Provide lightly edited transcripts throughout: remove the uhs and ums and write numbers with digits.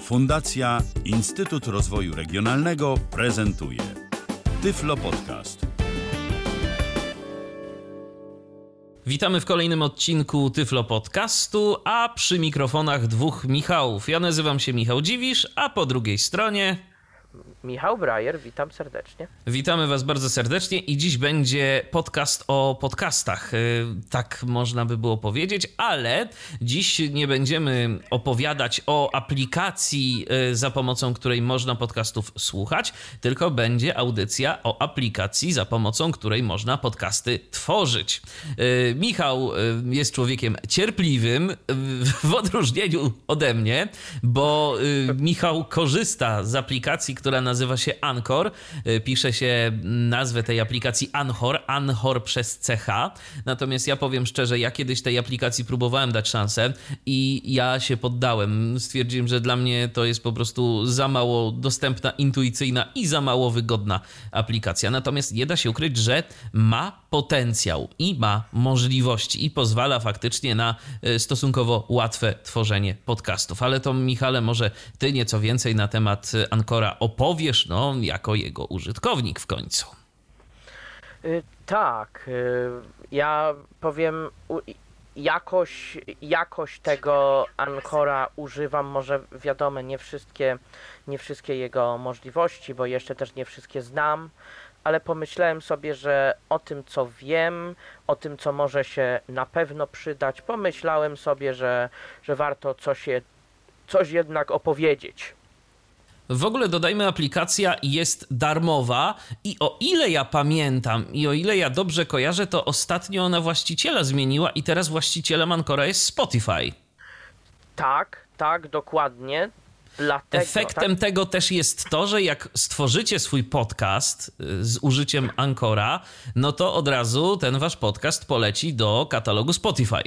Fundacja Instytut Rozwoju Regionalnego prezentuje Tyflo Podcast. Witamy w kolejnym odcinku Tyflo Podcastu, a przy mikrofonach dwóch Michałów. Ja nazywam się Michał Dziwisz, a po drugiej stronie Michał Brajer, witam serdecznie. Witamy Was bardzo serdecznie i dziś będzie podcast o podcastach, tak można by było powiedzieć, ale dziś nie będziemy opowiadać o aplikacji, za pomocą której można podcastów słuchać, tylko będzie audycja o aplikacji, za pomocą której można podcasty tworzyć. Michał jest człowiekiem cierpliwym, w odróżnieniu ode mnie, bo Michał korzysta z aplikacji, która nazywa się Anchor. Pisze się nazwę tej aplikacji Anchor przez CH. Natomiast ja powiem szczerze, ja kiedyś tej aplikacji próbowałem dać szansę i ja się poddałem. Stwierdziłem, że dla mnie to jest po prostu za mało dostępna, intuicyjna i za mało wygodna aplikacja. Natomiast nie da się ukryć, że ma potencjał i ma możliwości i pozwala faktycznie na stosunkowo łatwe tworzenie podcastów. Ale to, Michale, może ty nieco więcej na temat Anchora opowiesz, jako jego użytkownik w końcu. Tak, ja powiem, jakoś tego Anchora używam, może wiadomo, nie wszystkie jego możliwości, bo jeszcze też nie wszystkie znam, ale pomyślałem sobie, że o tym, co wiem, o tym, co może się na pewno przydać, pomyślałem sobie, że warto coś jednak opowiedzieć. W ogóle dodajmy, aplikacja jest darmowa i o ile ja pamiętam i o ile ja dobrze kojarzę, to ostatnio ona właściciela zmieniła i teraz właścicielem Anchora jest Spotify. Tak, dokładnie. Efektem tego też jest to, że jak stworzycie swój podcast z użyciem Anchora, no to od razu ten wasz podcast poleci do katalogu Spotify.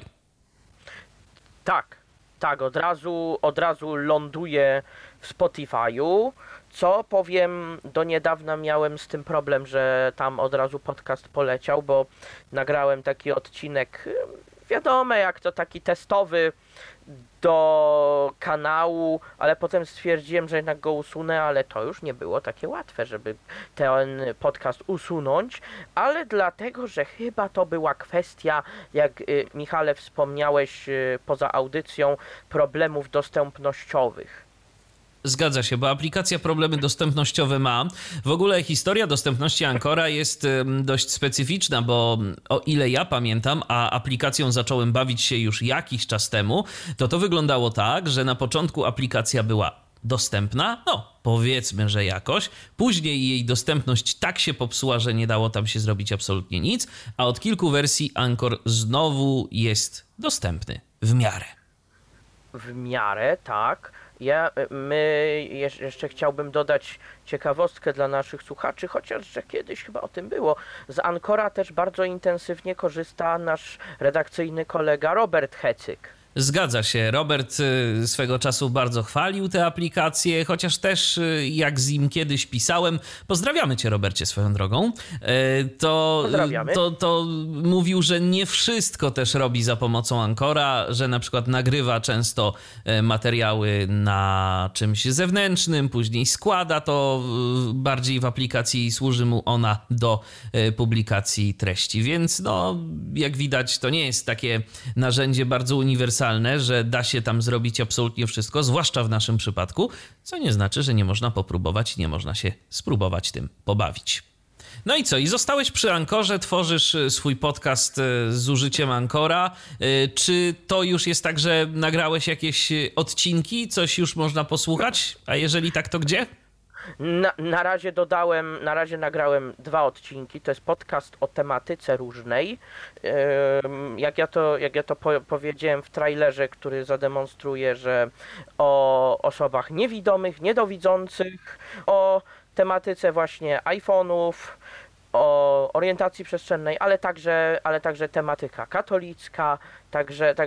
Tak, od razu ląduje w Spotify'u, co powiem, do niedawna miałem z tym problem, że tam od razu podcast poleciał, bo nagrałem taki odcinek, wiadomo, jak to taki testowy do kanału, ale potem stwierdziłem, że jednak go usunę, ale to już nie było takie łatwe, żeby ten podcast usunąć, ale dlatego, że chyba to była kwestia, jak Michale wspomniałeś poza audycją, problemów dostępnościowych. Zgadza się, bo aplikacja problemy dostępnościowe ma. W ogóle historia dostępności Anchora jest dość specyficzna, bo o ile ja pamiętam, a aplikacją zacząłem bawić się już jakiś czas temu, to wyglądało tak, że na początku aplikacja była dostępna, powiedzmy, że jakoś. Później jej dostępność tak się popsuła, że nie dało tam się zrobić absolutnie nic, a od kilku wersji Anchor znowu jest dostępny w miarę. W miarę, tak. Jeszcze chciałbym dodać ciekawostkę dla naszych słuchaczy, chociaż że kiedyś chyba o tym było. Z Anchora też bardzo intensywnie korzysta nasz redakcyjny kolega Robert Hecyk. Zgadza się. Robert swego czasu bardzo chwalił tę aplikację, chociaż też jak z nim kiedyś pisałem, pozdrawiamy cię, Robercie, swoją drogą, to mówił, że nie wszystko też robi za pomocą Anchora, że na przykład nagrywa często materiały na czymś zewnętrznym, później składa to bardziej w aplikacji i służy mu ona do publikacji treści, więc jak widać, to nie jest takie narzędzie bardzo uniwersalne, że da się tam zrobić absolutnie wszystko, zwłaszcza w naszym przypadku, co nie znaczy, że nie można popróbować, nie można się spróbować tym pobawić. No i co? I zostałeś przy Anchorze, tworzysz swój podcast z użyciem Anchora. Czy to już jest tak, że nagrałeś jakieś odcinki, coś już można posłuchać? A jeżeli tak, to gdzie? Na razie nagrałem 2 odcinki, to jest podcast o tematyce różnej. Jak ja to powiedziałem w trailerze, który zademonstruje, że o osobach niewidomych, niedowidzących, o tematyce właśnie iPhone'ów, o orientacji przestrzennej, ale także tematyka katolicka,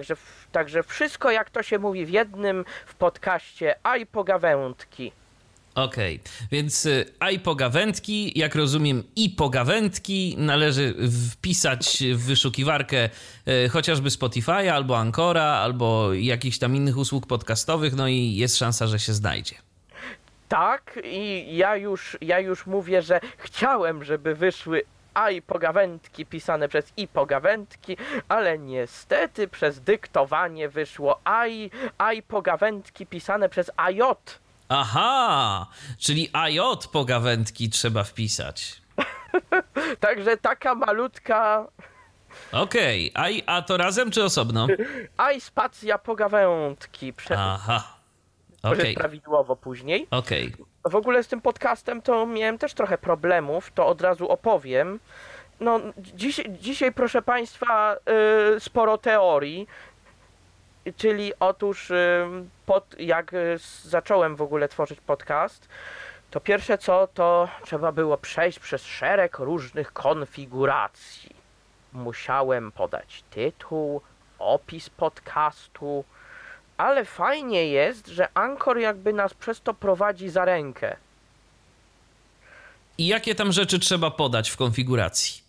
także wszystko, jak to się mówi w jednym w podcaście, a i pogawędki. Okej, więc iPogawędki, jak rozumiem, i pogawędki należy wpisać w wyszukiwarkę chociażby Spotify'a, albo Anchora, albo jakichś tam innych usług podcastowych, no i jest szansa, że się znajdzie. Tak, i ja już mówię, że chciałem, żeby wyszły iPogawędki pisane przez iPogawędki, ale niestety przez dyktowanie wyszło iPogawędki pisane przez AJ. Aha, czyli AJ pogawędki trzeba wpisać. Także taka malutka Okej, a to razem czy osobno? spacja pogawędki. Aha, Może okej, prawidłowo później. okej. W ogóle z tym podcastem to miałem też trochę problemów, to od razu opowiem. No, dzisiaj proszę Państwa, sporo teorii, czyli otóż jak zacząłem w ogóle tworzyć podcast, to pierwsze co, to trzeba było przejść przez szereg różnych konfiguracji. Musiałem podać tytuł, opis podcastu, ale fajnie jest, że Anchor jakby nas przez to prowadzi za rękę. I jakie tam rzeczy trzeba podać w konfiguracji?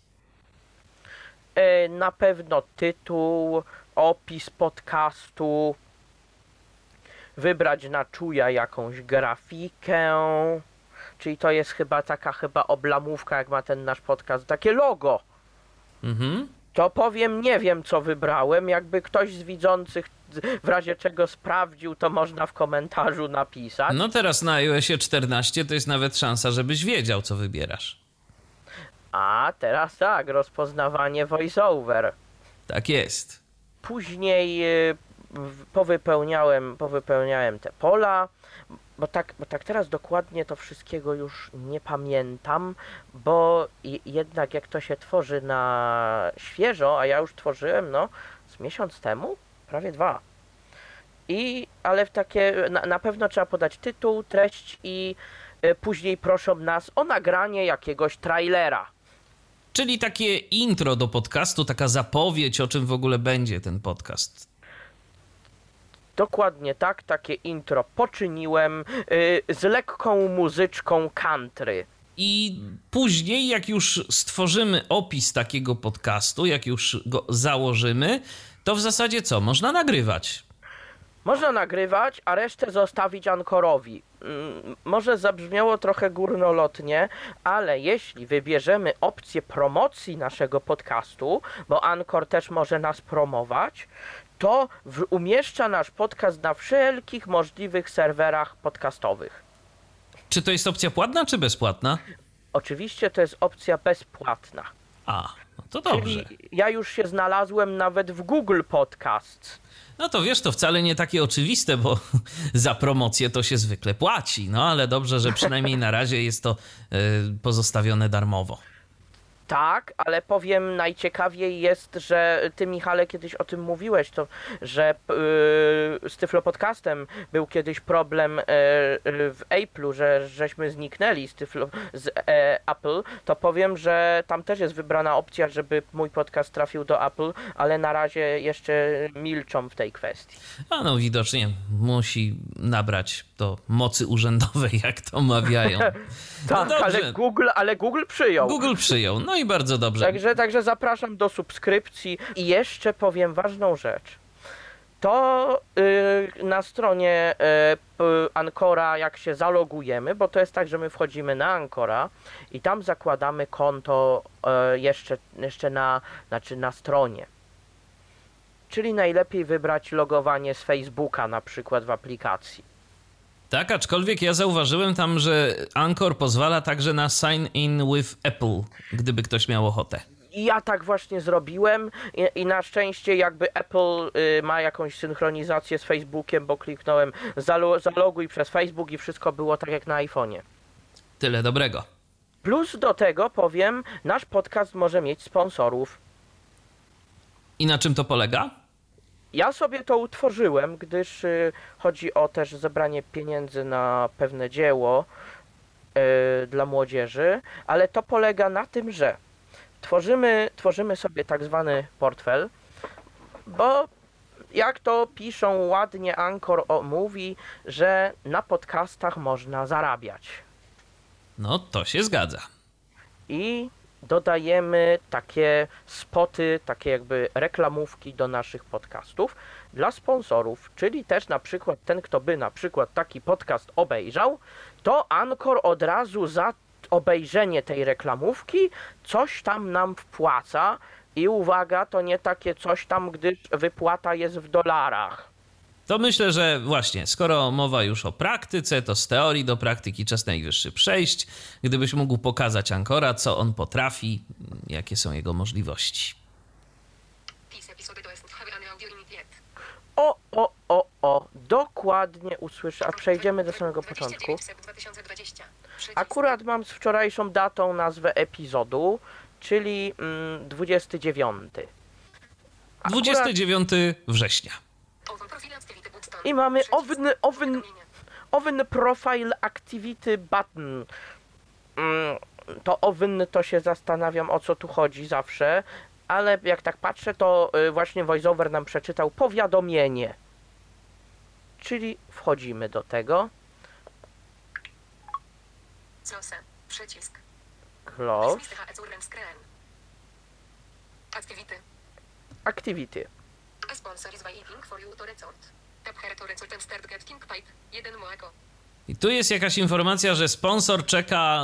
Na pewno tytuł, opis podcastu, wybrać na czuja jakąś grafikę, czyli to jest chyba oblamówka, jak ma ten nasz podcast, takie logo. Mhm. To powiem, nie wiem co wybrałem, jakby ktoś z widzących w razie czego sprawdził, to można w komentarzu napisać. No teraz na iOSie 14 to jest nawet szansa, żebyś wiedział, co wybierasz. A teraz tak, rozpoznawanie voiceover. Tak jest. Później powypełniałem te pola, bo tak teraz dokładnie to wszystkiego już nie pamiętam, bo jednak jak to się tworzy na świeżo, a ja już tworzyłem z miesiąc temu, prawie 2. Ale w na pewno trzeba podać tytuł, treść i później proszą nas o nagranie jakiegoś trailera. Czyli takie intro do podcastu, taka zapowiedź, o czym w ogóle będzie ten podcast. Dokładnie tak, takie intro poczyniłem z lekką muzyczką country. I później, jak już stworzymy opis takiego podcastu, jak już go założymy, to w zasadzie co? Można nagrywać. Można nagrywać, a resztę zostawić Anchorowi. Może zabrzmiało trochę górnolotnie, ale jeśli wybierzemy opcję promocji naszego podcastu, bo Anchor też może nas promować, to umieszcza nasz podcast na wszelkich możliwych serwerach podcastowych. Czy to jest opcja płatna, czy bezpłatna? Oczywiście to jest opcja bezpłatna. A, no to dobrze. Czyli ja już się znalazłem nawet w Google Podcasts. No to wiesz, to wcale nie takie oczywiste, bo za promocję to się zwykle płaci. No ale dobrze, że przynajmniej na razie jest to pozostawione darmowo. Tak, ale powiem, najciekawiej jest, że ty, Michale, kiedyś o tym mówiłeś, to, że z Tyflo Podcastem był kiedyś problem w Apple'u, żeśmy zniknęli z Apple, to powiem, że tam też jest wybrana opcja, żeby mój podcast trafił do Apple, ale na razie jeszcze milczą w tej kwestii. A no widocznie musi nabrać to mocy urzędowej, jak to mawiają. Tak, no ale Google przyjął. Google przyjął, no i bardzo dobrze. Także zapraszam do subskrypcji. I jeszcze powiem ważną rzecz. To na stronie Anchora, jak się zalogujemy, bo to jest tak, że my wchodzimy na Anchora i tam zakładamy konto jeszcze na stronie. Czyli najlepiej wybrać logowanie z Facebooka na przykład w aplikacji. Tak, aczkolwiek ja zauważyłem tam, że Anchor pozwala także na sign in with Apple, gdyby ktoś miał ochotę. I ja tak właśnie zrobiłem i na szczęście jakby Apple ma jakąś synchronizację z Facebookiem, bo kliknąłem zaloguj przez Facebook i wszystko było tak jak na iPhone'ie. Tyle dobrego. Plus do tego powiem, nasz podcast może mieć sponsorów. I na czym to polega? Ja sobie to utworzyłem, gdyż chodzi o też zebranie pieniędzy na pewne dzieło dla młodzieży, ale to polega na tym, że tworzymy sobie tak zwany portfel, bo jak to piszą ładnie, Anchor mówi, że na podcastach można zarabiać. No, to się zgadza. I dodajemy takie spoty, takie jakby reklamówki do naszych podcastów dla sponsorów, czyli też na przykład ten, kto by na przykład taki podcast obejrzał, to Anchor od razu za obejrzenie tej reklamówki coś tam nam wpłaca i uwaga, to nie takie coś tam, gdyż wypłata jest w dolarach. To myślę, że właśnie, skoro mowa już o praktyce, to z teorii do praktyki czas najwyższy przejść. Gdybyś mógł pokazać Anchora, co on potrafi, jakie są jego możliwości. Dokładnie usłyszę, a przejdziemy do samego początku. Akurat mam z wczorajszą datą nazwę epizodu, czyli 29. 29 września. I mamy Oven Profile Activity Button. To Oven, to się zastanawiam, o co tu chodzi zawsze, ale jak tak patrzę, to właśnie VoiceOver nam przeczytał powiadomienie. Czyli wchodzimy do tego. Przycisk. Close. Activity. I tu jest jakaś informacja, że sponsor czeka,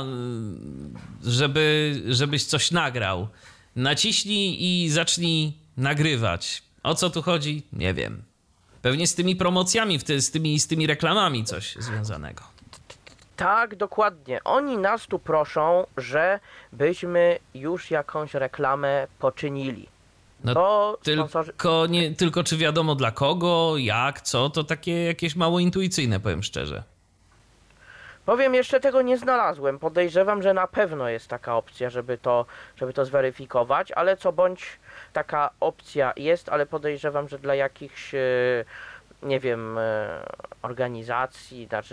żebyś coś nagrał. Naciśnij i zacznij nagrywać. O co tu chodzi? Nie wiem. Pewnie z tymi promocjami, z tymi reklamami coś związanego. Tak, dokładnie. Oni nas tu proszą, żebyśmy już jakąś reklamę poczynili. No, Bo sponsorzy... tylko czy wiadomo dla kogo, jak, co, to takie jakieś mało intuicyjne, powiem szczerze. Powiem, jeszcze tego nie znalazłem. Podejrzewam, że na pewno jest taka opcja, żeby to zweryfikować, ale co bądź taka opcja jest, ale podejrzewam, że dla jakichś, nie wiem, organizacji, znaczy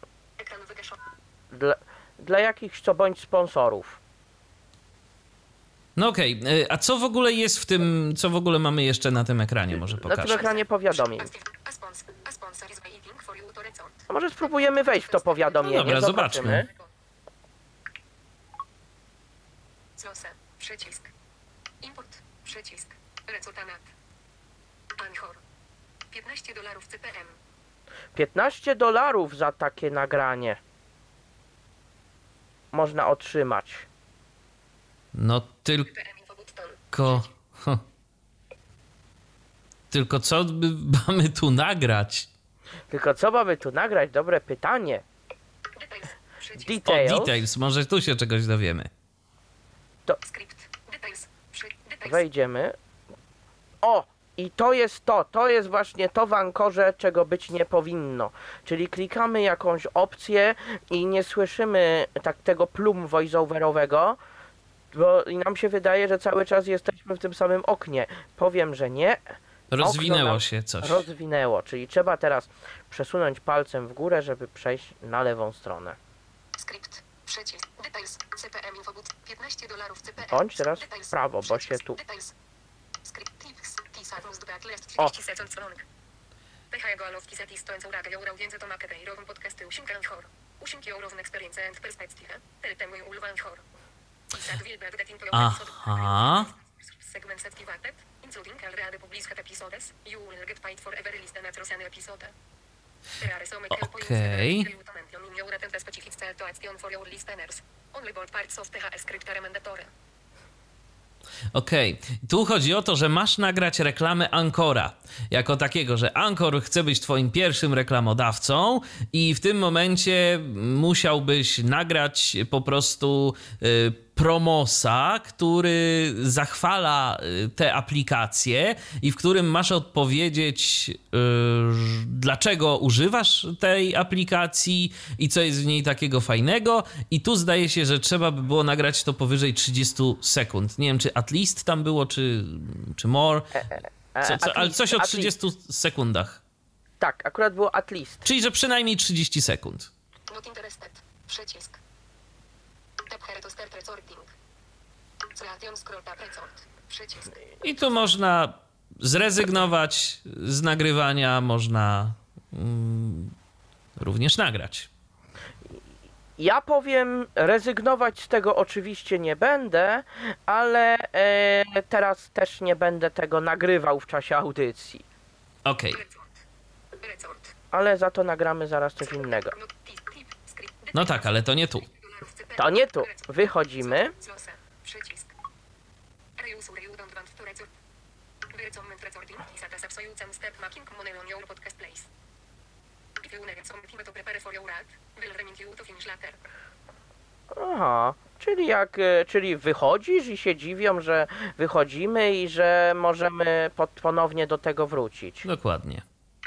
dla jakichś co bądź sponsorów. No okej, a co w ogóle jest w tym, co w ogóle mamy jeszcze na tym ekranie? Może Na pokażę. tym ekranie powiadomień. A może spróbujemy wejść w to powiadomienie? No dobra, zobaczmy. Przycisk. Import. Przycisk. Rezultat. Anchor. $15 CPM. $15 za takie nagranie można otrzymać. No tylko... Tylko co mamy tu nagrać? Tylko co mamy tu nagrać? Dobre pytanie. Details. O, details. Może tu się czegoś dowiemy. To wejdziemy. O! I to jest właśnie to w Anchorze, czego być nie powinno. Czyli klikamy jakąś opcję i nie słyszymy tak tego plum voiceoverowego, bo i nam się wydaje, że cały czas jesteśmy w tym samym oknie. Powiem, że nie. Rozwinęło się coś. Rozwinęło, czyli trzeba teraz przesunąć palcem w górę, żeby przejść na lewą stronę. Skrypt. Przycisk. Details. CPM infobut. $15 CPM. Bądź teraz w prawo, bo się tu... O! Aha. Okej. Okej, tu chodzi o to, że masz nagrać reklamę Anchora jako takiego, że Anchor chce być twoim pierwszym reklamodawcą i w tym momencie musiałbyś nagrać po prostu promosa, który zachwala te aplikacje i w którym masz odpowiedzieć, dlaczego używasz tej aplikacji i co jest w niej takiego fajnego. I tu zdaje się, że trzeba by było nagrać to powyżej 30 sekund. Nie wiem, czy at least tam było, czy more, ale coś o 30 sekundach. Tak, akurat było at least. Czyli, że przynajmniej 30 sekund. Not interested. Przycisk. I tu można zrezygnować z nagrywania, można również nagrać. Ja powiem, rezygnować z tego oczywiście nie będę, ale teraz też nie będę tego nagrywał w czasie audycji. Okej. Ale za to nagramy zaraz coś innego. No tak, ale to nie tu. To nie tu. Wychodzimy. Aha, czyli wychodzisz i się dziwią, że wychodzimy i że możemy ponownie do tego wrócić. Dokładnie.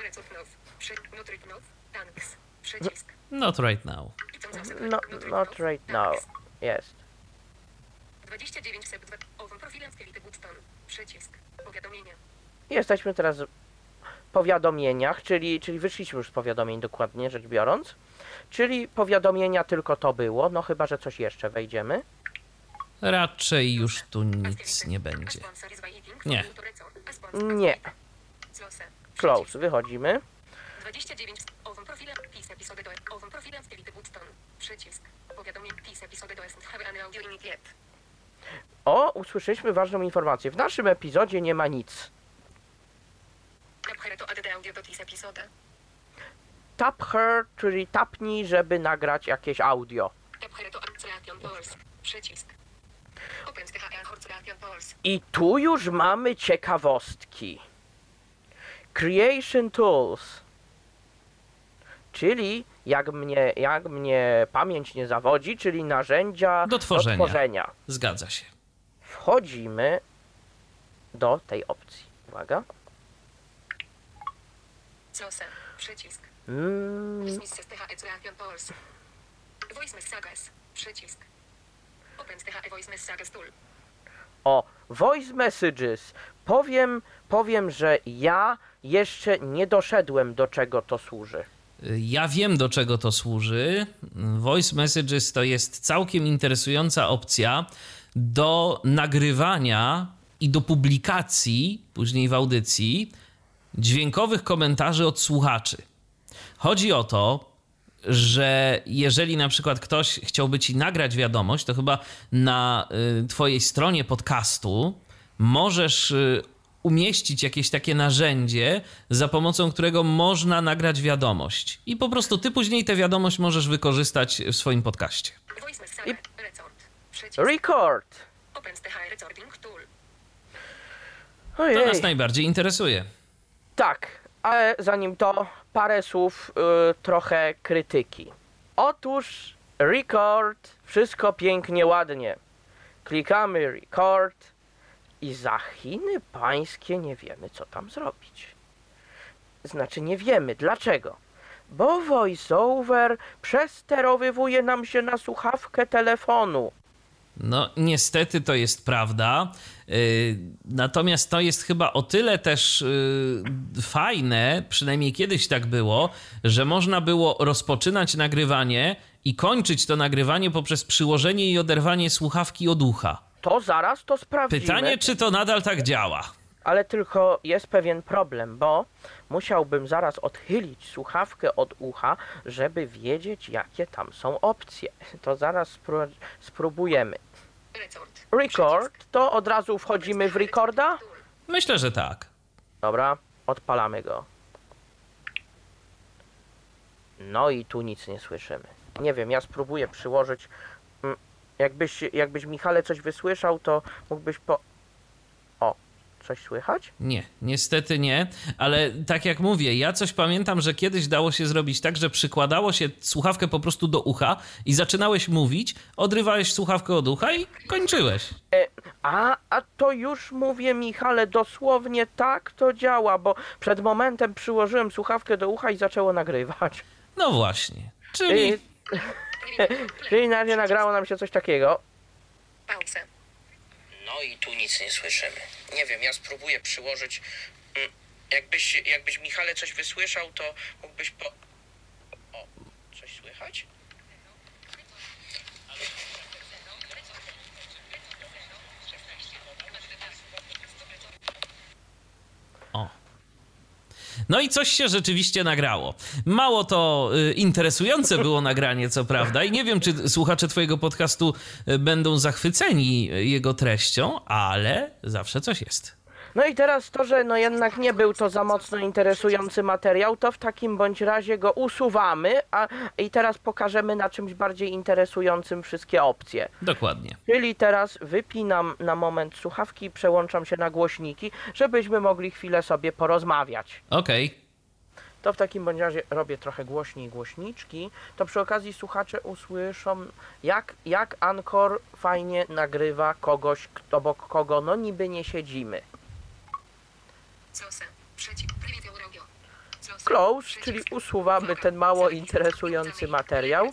Not right now. No, not right now. Jest. 29 owym profilem Skelety Goodstone. Przycisk. Powiadomienia. Jesteśmy teraz w powiadomieniach, czyli wyszliśmy już z powiadomień dokładnie rzecz biorąc. Czyli powiadomienia tylko to było, no chyba, że coś jeszcze wejdziemy. Raczej już tu nic nie będzie. Nie. Nie. Close, wychodzimy. 29 owym profilem PiS episode do owym profilem Skelety Goodstone. Przycisk. Powiadomienie PiS episode do doesn't have any audio in it yet. O, usłyszeliśmy ważną informację. W naszym epizodzie nie ma nic. Tap here, czyli tapnij, żeby nagrać jakieś audio. I tu już mamy ciekawostki. Creation Tools. Czyli, jak mnie pamięć nie zawodzi, czyli narzędzia Do tworzenia. do tworzenia. Zgadza się. Wchodzimy do tej opcji. Uwaga. Przycisk. Voice messages. Przycisk. Open voice messages tool. O, Voice Messages. Powiem, że ja jeszcze nie doszedłem, do czego to służy. Ja wiem, do czego to służy. Voice Messages to jest całkiem interesująca opcja do nagrywania i do publikacji, później w audycji, dźwiękowych komentarzy od słuchaczy. Chodzi o to, że jeżeli na przykład ktoś chciałby ci nagrać wiadomość, to chyba na twojej stronie podcastu możesz umieścić jakieś takie narzędzie, za pomocą którego można nagrać wiadomość. I po prostu ty później tę wiadomość możesz wykorzystać w swoim podcaście. Record. To Ojej. nas najbardziej interesuje. Tak, ale zanim to parę słów, trochę krytyki. Otóż record, wszystko pięknie, ładnie. Klikamy record i za Chiny pańskie nie wiemy, co tam zrobić. Znaczy nie wiemy. Dlaczego? Bo voiceover przesterowywuje nam się na słuchawkę telefonu. No, niestety to jest prawda. Natomiast to jest chyba o tyle też fajne, przynajmniej kiedyś tak było, że można było rozpoczynać nagrywanie i kończyć to nagrywanie poprzez przyłożenie i oderwanie słuchawki od ucha. To zaraz to sprawdzimy. Pytanie, czy to nadal tak działa? Ale tylko jest pewien problem, bo musiałbym zaraz odchylić słuchawkę od ucha, żeby wiedzieć, jakie tam są opcje. To zaraz spróbujemy. Record, to od razu wchodzimy w recorda? Myślę, że tak. Dobra, odpalamy go. No i tu nic nie słyszymy. Nie wiem, ja spróbuję przyłożyć. Jakbyś Michale coś wysłyszał, to mógłbyś O, coś słychać? Nie, niestety nie, ale tak jak mówię, ja coś pamiętam, że kiedyś dało się zrobić tak, że przykładało się słuchawkę po prostu do ucha i zaczynałeś mówić, odrywałeś słuchawkę od ucha i kończyłeś. A to już mówię, Michale, dosłownie tak to działa, bo przed momentem przyłożyłem słuchawkę do ucha i zaczęło nagrywać. No właśnie, czyli... Czyli na razie nagrało nam się coś takiego. Pauza. No i tu nic nie słyszymy. Nie wiem, ja spróbuję przyłożyć. Jakbyś Michale coś wysłyszał, to mógłbyś O, coś słychać? No i coś się rzeczywiście nagrało. Mało to interesujące było nagranie, co prawda, i nie wiem, czy słuchacze twojego podcastu będą zachwyceni jego treścią, ale zawsze coś jest. No i teraz to, że no jednak nie był to za mocno interesujący materiał, to w takim bądź razie go usuwamy, i teraz pokażemy na czymś bardziej interesującym wszystkie opcje. Dokładnie. Czyli teraz wypinam na moment słuchawki i przełączam się na głośniki, żebyśmy mogli chwilę sobie porozmawiać. Okej. To w takim bądź razie robię trochę głośniej głośniczki, to przy okazji słuchacze usłyszą, jak Anchor fajnie nagrywa kogoś, obok kogo no niby nie siedzimy. Close, czyli usuwamy ten mało interesujący materiał.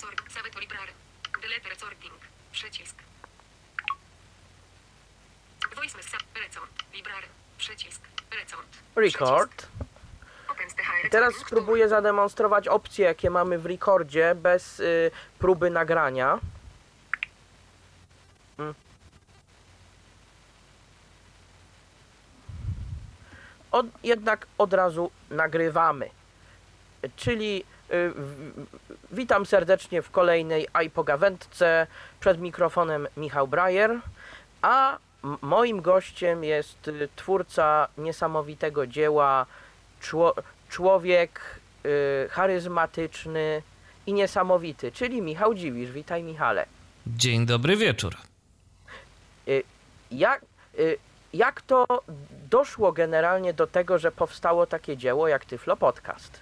Record. Teraz spróbuję zademonstrować opcje, jakie mamy w rekordzie, bez próby nagrania. Jednak od razu nagrywamy. Czyli witam serdecznie w kolejnej iPogawędce. Przed mikrofonem Michał Brajer, a moim gościem jest twórca niesamowitego dzieła, człowiek charyzmatyczny i niesamowity, czyli Michał Dziwisz. Witaj, Michale. Dzień dobry wieczór. Jak to doszło generalnie do tego, że powstało takie dzieło jak Tyflo Podcast?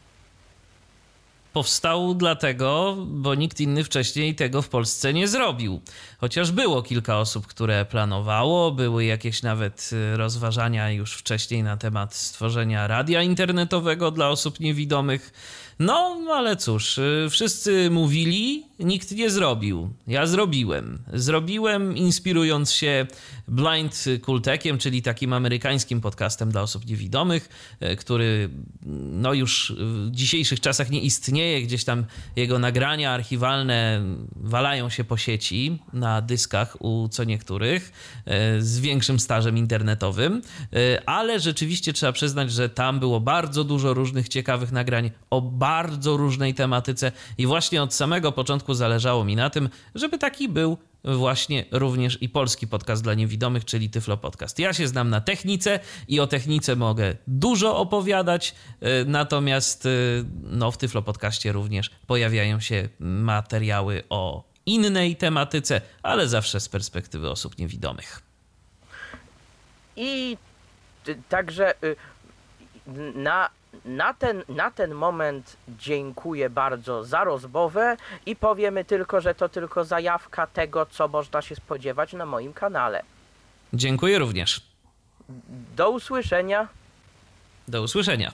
Powstał dlatego, bo nikt inny wcześniej tego w Polsce nie zrobił. Chociaż było kilka osób, które planowało, były jakieś nawet rozważania już wcześniej na temat stworzenia radia internetowego dla osób niewidomych. No, ale cóż, wszyscy mówili, nikt nie zrobił. Ja zrobiłem. Zrobiłem, inspirując się Blind Kultekiem, czyli takim amerykańskim podcastem dla osób niewidomych, który no już w dzisiejszych czasach nie istnieje. Gdzieś tam jego nagrania archiwalne walają się po sieci na dyskach u co niektórych z większym stażem internetowym, ale rzeczywiście trzeba przyznać, że tam było bardzo dużo różnych ciekawych nagrań o bardzo różnej tematyce i właśnie od samego początku zależało mi na tym, żeby taki był właśnie również i polski podcast dla niewidomych, czyli Tyflo Podcast. Ja się znam na technice i o technice mogę dużo opowiadać, natomiast no, w Tyflo Podcaście również pojawiają się materiały o innej tematyce, ale zawsze z perspektywy osób niewidomych. I także na ten moment dziękuję bardzo za rozmowę i powiemy tylko, że to tylko zajawka tego, co można się spodziewać na moim kanale. Dziękuję również. Do usłyszenia. Do usłyszenia.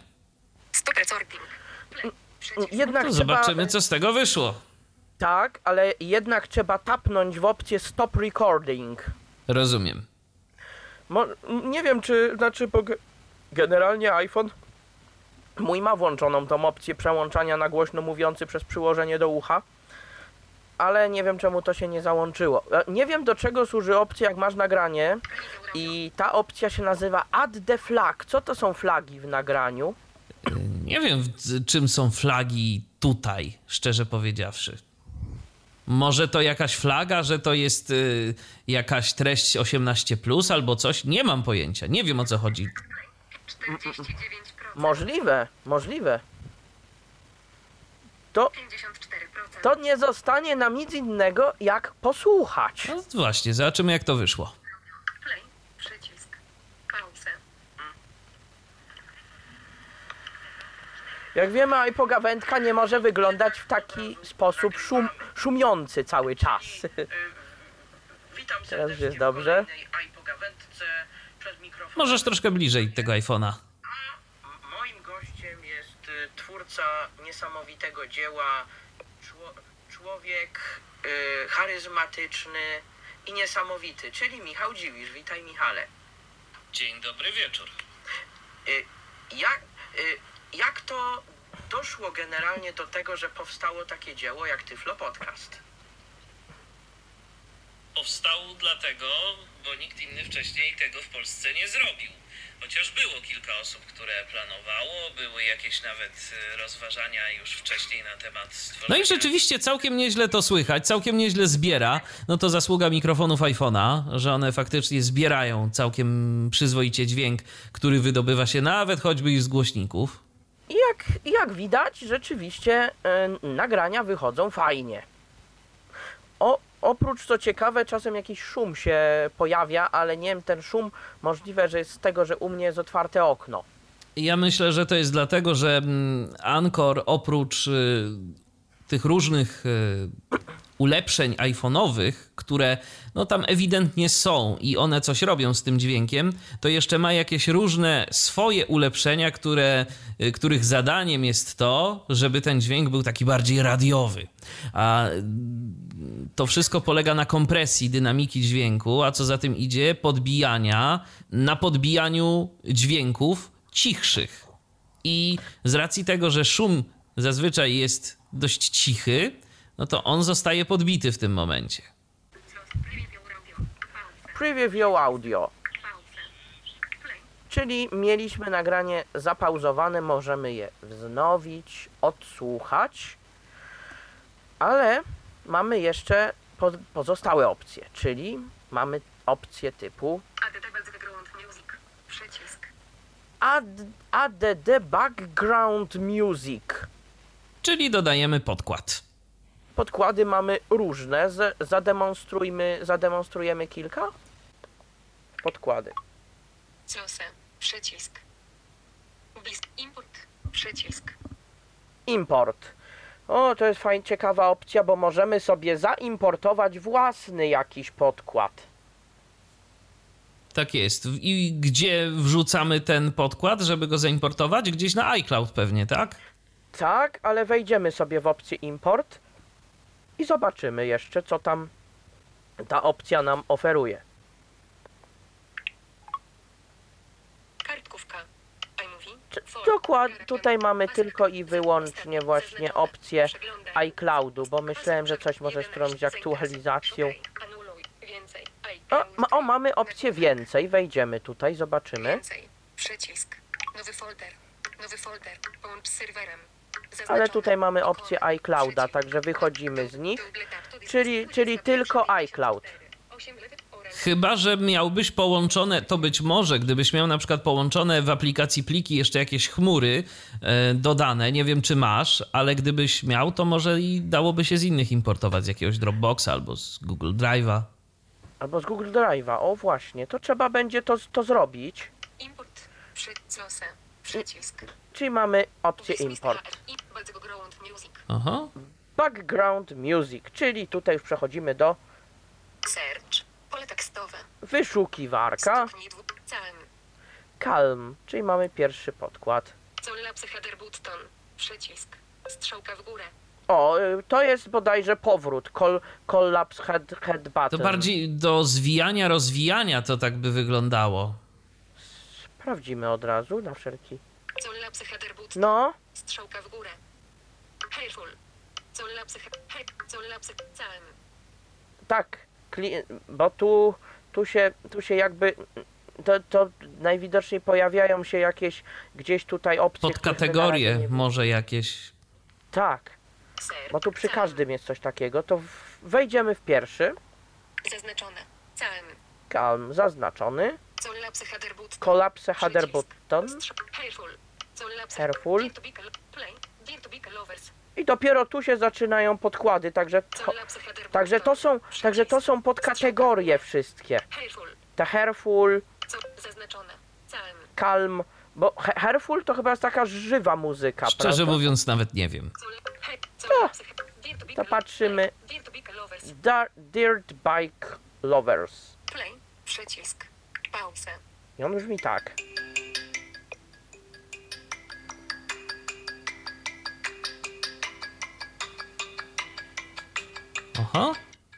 Jednak to zobaczymy, co z tego wyszło. Tak, ale jednak trzeba tapnąć w opcję Stop Recording. Rozumiem. Nie wiem, bo generalnie iPhone mój ma włączoną tą opcję przełączania na głośno mówiący przez przyłożenie do ucha, ale nie wiem, czemu to się nie załączyło. Nie wiem, do czego służy opcja, jak masz nagranie i ta opcja się nazywa Add the Flag. Co to są flagi w nagraniu? Nie wiem, czym są flagi tutaj, szczerze powiedziawszy. Może to jakaś flaga, że to jest jakaś treść 18+, albo coś? Nie mam pojęcia, nie wiem, o co chodzi. 49%. Możliwe. To 54%. to nie zostanie nam nic innego, jak posłuchać. No właśnie, zobaczymy, jak to wyszło. Play. Przycisk. Pauzę. Jak wiemy, iPogawędka nie może wyglądać w taki sposób szumiący cały czas. Witam teraz jest dobrze. Możesz troszkę bliżej tego iPhone'a. Moim gościem jest twórca niesamowitego dzieła, człowiek charyzmatyczny i niesamowity, czyli Michał Dziwisz. Witaj, Michale. Dzień dobry wieczór. Jak to doszło generalnie do tego, że powstało takie dzieło jak Tyflo Podcast? Powstał dlatego, bo nikt inny wcześniej tego w Polsce nie zrobił. chociaż było kilka osób, które planowało, były jakieś nawet rozważania już wcześniej na temat stworzenia... No i rzeczywiście całkiem nieźle to słychać, całkiem nieźle zbiera. No to zasługa mikrofonów iPhone'a, że one faktycznie zbierają całkiem przyzwoicie dźwięk, który wydobywa się nawet choćby i z głośników. Jak widać, rzeczywiście nagrania wychodzą fajnie. Oprócz, co ciekawe, czasem jakiś szum się pojawia, ale nie wiem, ten szum możliwe, że jest z tego, że u mnie jest otwarte okno. Ja myślę, że to jest dlatego, że Anchor oprócz tych różnych ulepszeń iPhone'owych, które no tam ewidentnie są i one coś robią z tym dźwiękiem, to jeszcze ma jakieś różne swoje ulepszenia, których zadaniem jest to, żeby ten dźwięk był taki bardziej radiowy. A to wszystko polega na kompresji dynamiki dźwięku, a co za tym idzie, podbijaniu dźwięków cichszych. I z racji tego, że szum zazwyczaj jest dość cichy, no to on zostaje podbity w tym momencie. Preview audio. Czyli mieliśmy nagranie zapauzowane, możemy je wznowić, odsłuchać, ale mamy jeszcze pozostałe opcje, czyli mamy opcję typu ADD Background Music. Czyli dodajemy podkład. Podkłady mamy różne. Zademonstrujemy kilka. Podkłady. Close. Przycisk. Import. Przycisk. Import. O, to jest fajnie ciekawa opcja, bo możemy sobie zaimportować własny jakiś podkład. Tak jest. I gdzie wrzucamy ten podkład, żeby go zaimportować? Gdzieś na iCloud pewnie, tak? Tak, ale wejdziemy sobie w opcję import i zobaczymy jeszcze, co tam ta opcja nam oferuje. Kartkówka. iMovie. Dokładnie, tutaj mamy tylko i wyłącznie właśnie opcję iCloudu, bo myślałem, że coś może z którąś aktualizacją. O, mamy opcję więcej, wejdziemy tutaj, zobaczymy. Więcej. Przycisk. Nowy folder. Nowy folder. Połącz z serwerem. Ale tutaj mamy opcję iClouda, także wychodzimy z nich, czyli tylko iCloud. Chyba że miałbyś połączone, to być może, gdybyś miał na przykład połączone w aplikacji pliki jeszcze jakieś chmury dodane, nie wiem czy masz, ale gdybyś miał, to może i dałoby się z innych importować, z jakiegoś Dropboxa albo z Google Drive'a. Albo z Google Drive'a, o właśnie, to trzeba będzie to zrobić. Import. Przycisk. Czyli mamy opcję import. Aha. Background music, czyli tutaj już przechodzimy do Search. Pole tekstowe. wyszukiwarka. Calm, czyli mamy pierwszy podkład. Collapse header button. Przycisk. Strzałka w górę. O, to jest bodajże powrót. Collapse head button. To bardziej do zwijania, rozwijania to tak by wyglądało. Sprawdzimy od razu, na wszelki. Collapse header button. No. Strzałka w górę. Careful. Collapse calm. Tak, bo tu się jakby... To najwidoczniej pojawiają się jakieś gdzieś tutaj opcje. Podkategorie może jakieś. Tak, bo tu przy każdym jest coś takiego. To wejdziemy w pierwszy. Zaznaczone. Calm. Calm, zaznaczony. Collapse header button. Collapse header button. Careful. I dopiero tu się zaczynają podkłady, także to są podkategorie wszystkie. Te Careful, Zaznaczone. Calm, bo Careful to chyba jest taka żywa muzyka, Szczerze prawda? mówiąc nawet nie wiem. To patrzymy. Dirt Bike Lovers. Play. Przycisk. Pauzę. I on brzmi tak. Aha.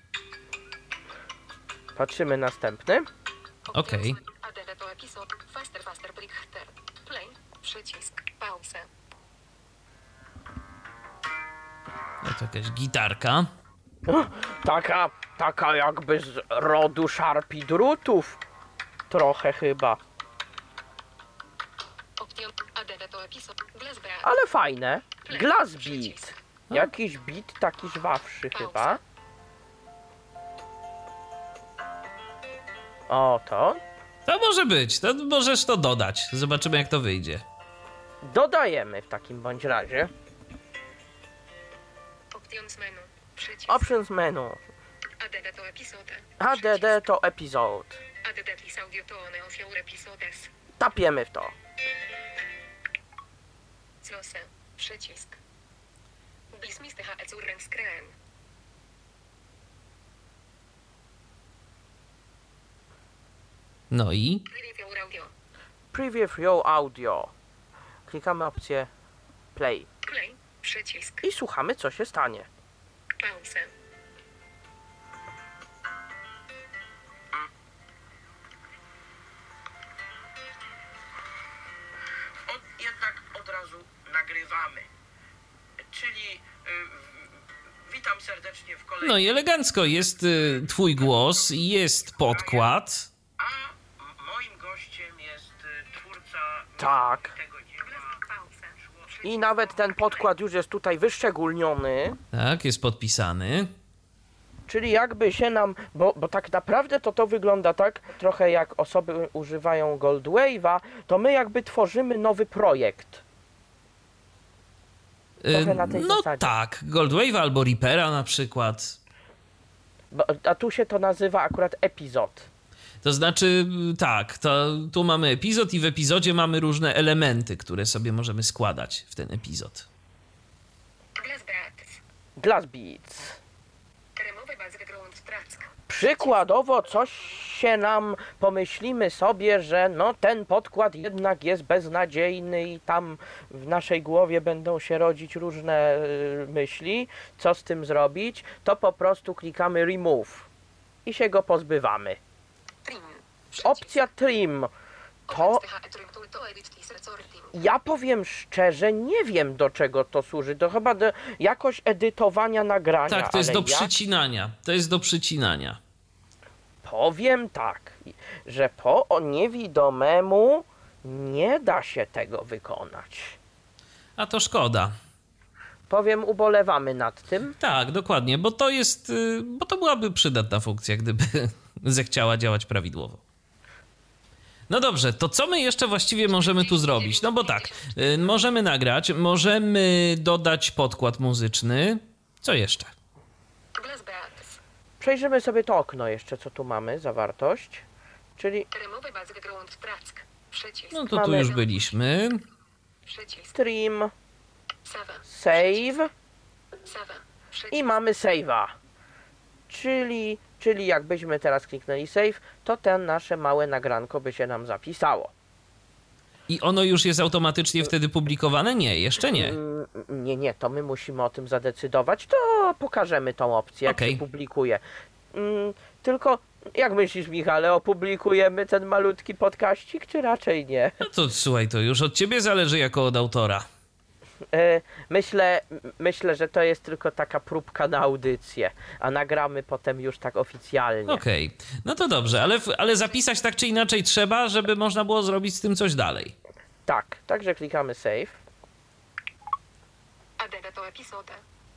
Patrzymy następny. Okej. Faster, Brichter. Play. Przycisk. Pauzę. No to jakaś gitarka. Taka jakby z rodu szarpi drutów. Trochę chyba. fajne. Glass beat. Jakiś beat taki żwawszy chyba. O, to. To może być, to możesz to dodać. Zobaczymy, jak to wyjdzie. Dodajemy w takim bądź razie. Options menu. Przycisk. Options menu. ADD to epizody. ADD to episode. ADD plus audio to one of your episodes. Tapiemy w to. Close. Przycisk. Dismiss ha ecurren screen. No i? Preview your audio. Preview your audio. Klikamy opcję play. Play. Przycisk. I słuchamy, co się stanie. Pauzę. Jednak od razu nagrywamy. Czyli witam serdecznie w kolejnym... No i elegancko. Jest twój głos, jest podkład. A moim gościem jest twórca tego dzieła. Pauzę. I nawet ten podkład już jest tutaj wyszczególniony. Tak, jest podpisany. Czyli jakby się nam, bo tak naprawdę to wygląda tak, trochę jak osoby używają Goldwave'a, to my jakby tworzymy nowy projekt. Trochę na tej No zasadzie. tak, Goldwave'a albo Reapera na przykład. A tu się to nazywa akurat epizod. To znaczy, tak, tu mamy epizod i w epizodzie mamy różne elementy, które sobie możemy składać w ten epizod. Glass beats. Glass Beats. Remove background track. Przykładowo coś się nam, pomyślimy sobie, że no ten podkład jednak jest beznadziejny i tam w naszej głowie będą się rodzić różne myśli, co z tym zrobić, to po prostu klikamy remove i się go pozbywamy. Trim. Opcja trim. To ja powiem szczerze, nie wiem do czego to służy. To chyba do jakoś edytowania nagrania. Tak, to jest ale do przycinania. To jest do przycinania. Powiem tak, że po niewidomemu nie da się tego wykonać. A to szkoda. Powiem, ubolewamy nad tym. Tak, dokładnie, bo to byłaby przydatna funkcja, gdyby zechciała działać prawidłowo. No dobrze, to co my jeszcze właściwie możemy tu zrobić? No bo tak, możemy nagrać, możemy dodać podkład muzyczny. Co jeszcze? Glass beats. Przejrzymy sobie to okno jeszcze, co tu mamy, zawartość. Czyli Remove background track. Przycisk. No to tu Mamy- już byliśmy. Przycisk. stream, Save. save Save. Przycisk. i mamy save'a. Czyli jakbyśmy teraz kliknęli save, to ten nasze małe nagranko by się nam zapisało. I ono już jest automatycznie wtedy publikowane? Nie, jeszcze nie. Nie, to my musimy o tym zadecydować. To pokażemy tą opcję, jak Okej. się publikuje. Tylko, jak myślisz, Michale, opublikujemy ten malutki podkaścik, czy raczej nie? No to słuchaj, to już od ciebie zależy jako od autora. Myślę, że to jest tylko taka próbka na audycję, a nagramy potem już tak oficjalnie. Okej, no to dobrze, ale zapisać tak czy inaczej trzeba, żeby można było zrobić z tym coś dalej. Tak, także klikamy save. ADD to epizody.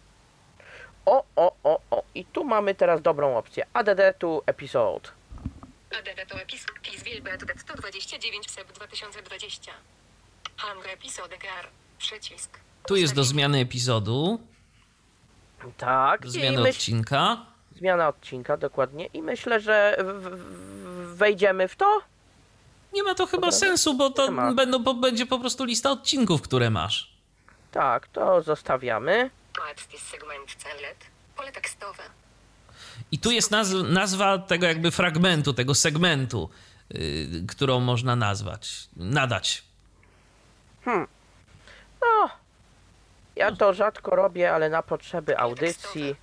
O. I tu mamy teraz dobrą opcję. Add to episode. ADD to epizod. PiS Wilbert 129 sep 2020. Hang episode gar. Przycisk. Tu jest do zmiany epizodu, Tak. do i zmiany odcinka. Zmiana odcinka, dokładnie. I myślę, że wejdziemy w to. Nie ma to chyba sensu, bo to Nie ma. będzie po prostu lista odcinków, które masz. Tak, to zostawiamy. Add this segment cellet. Pole tekstowe. I tu jest nazwa tego jakby fragmentu, tego segmentu, którą można nadać. No, ja to rzadko robię, ale na potrzeby audycji.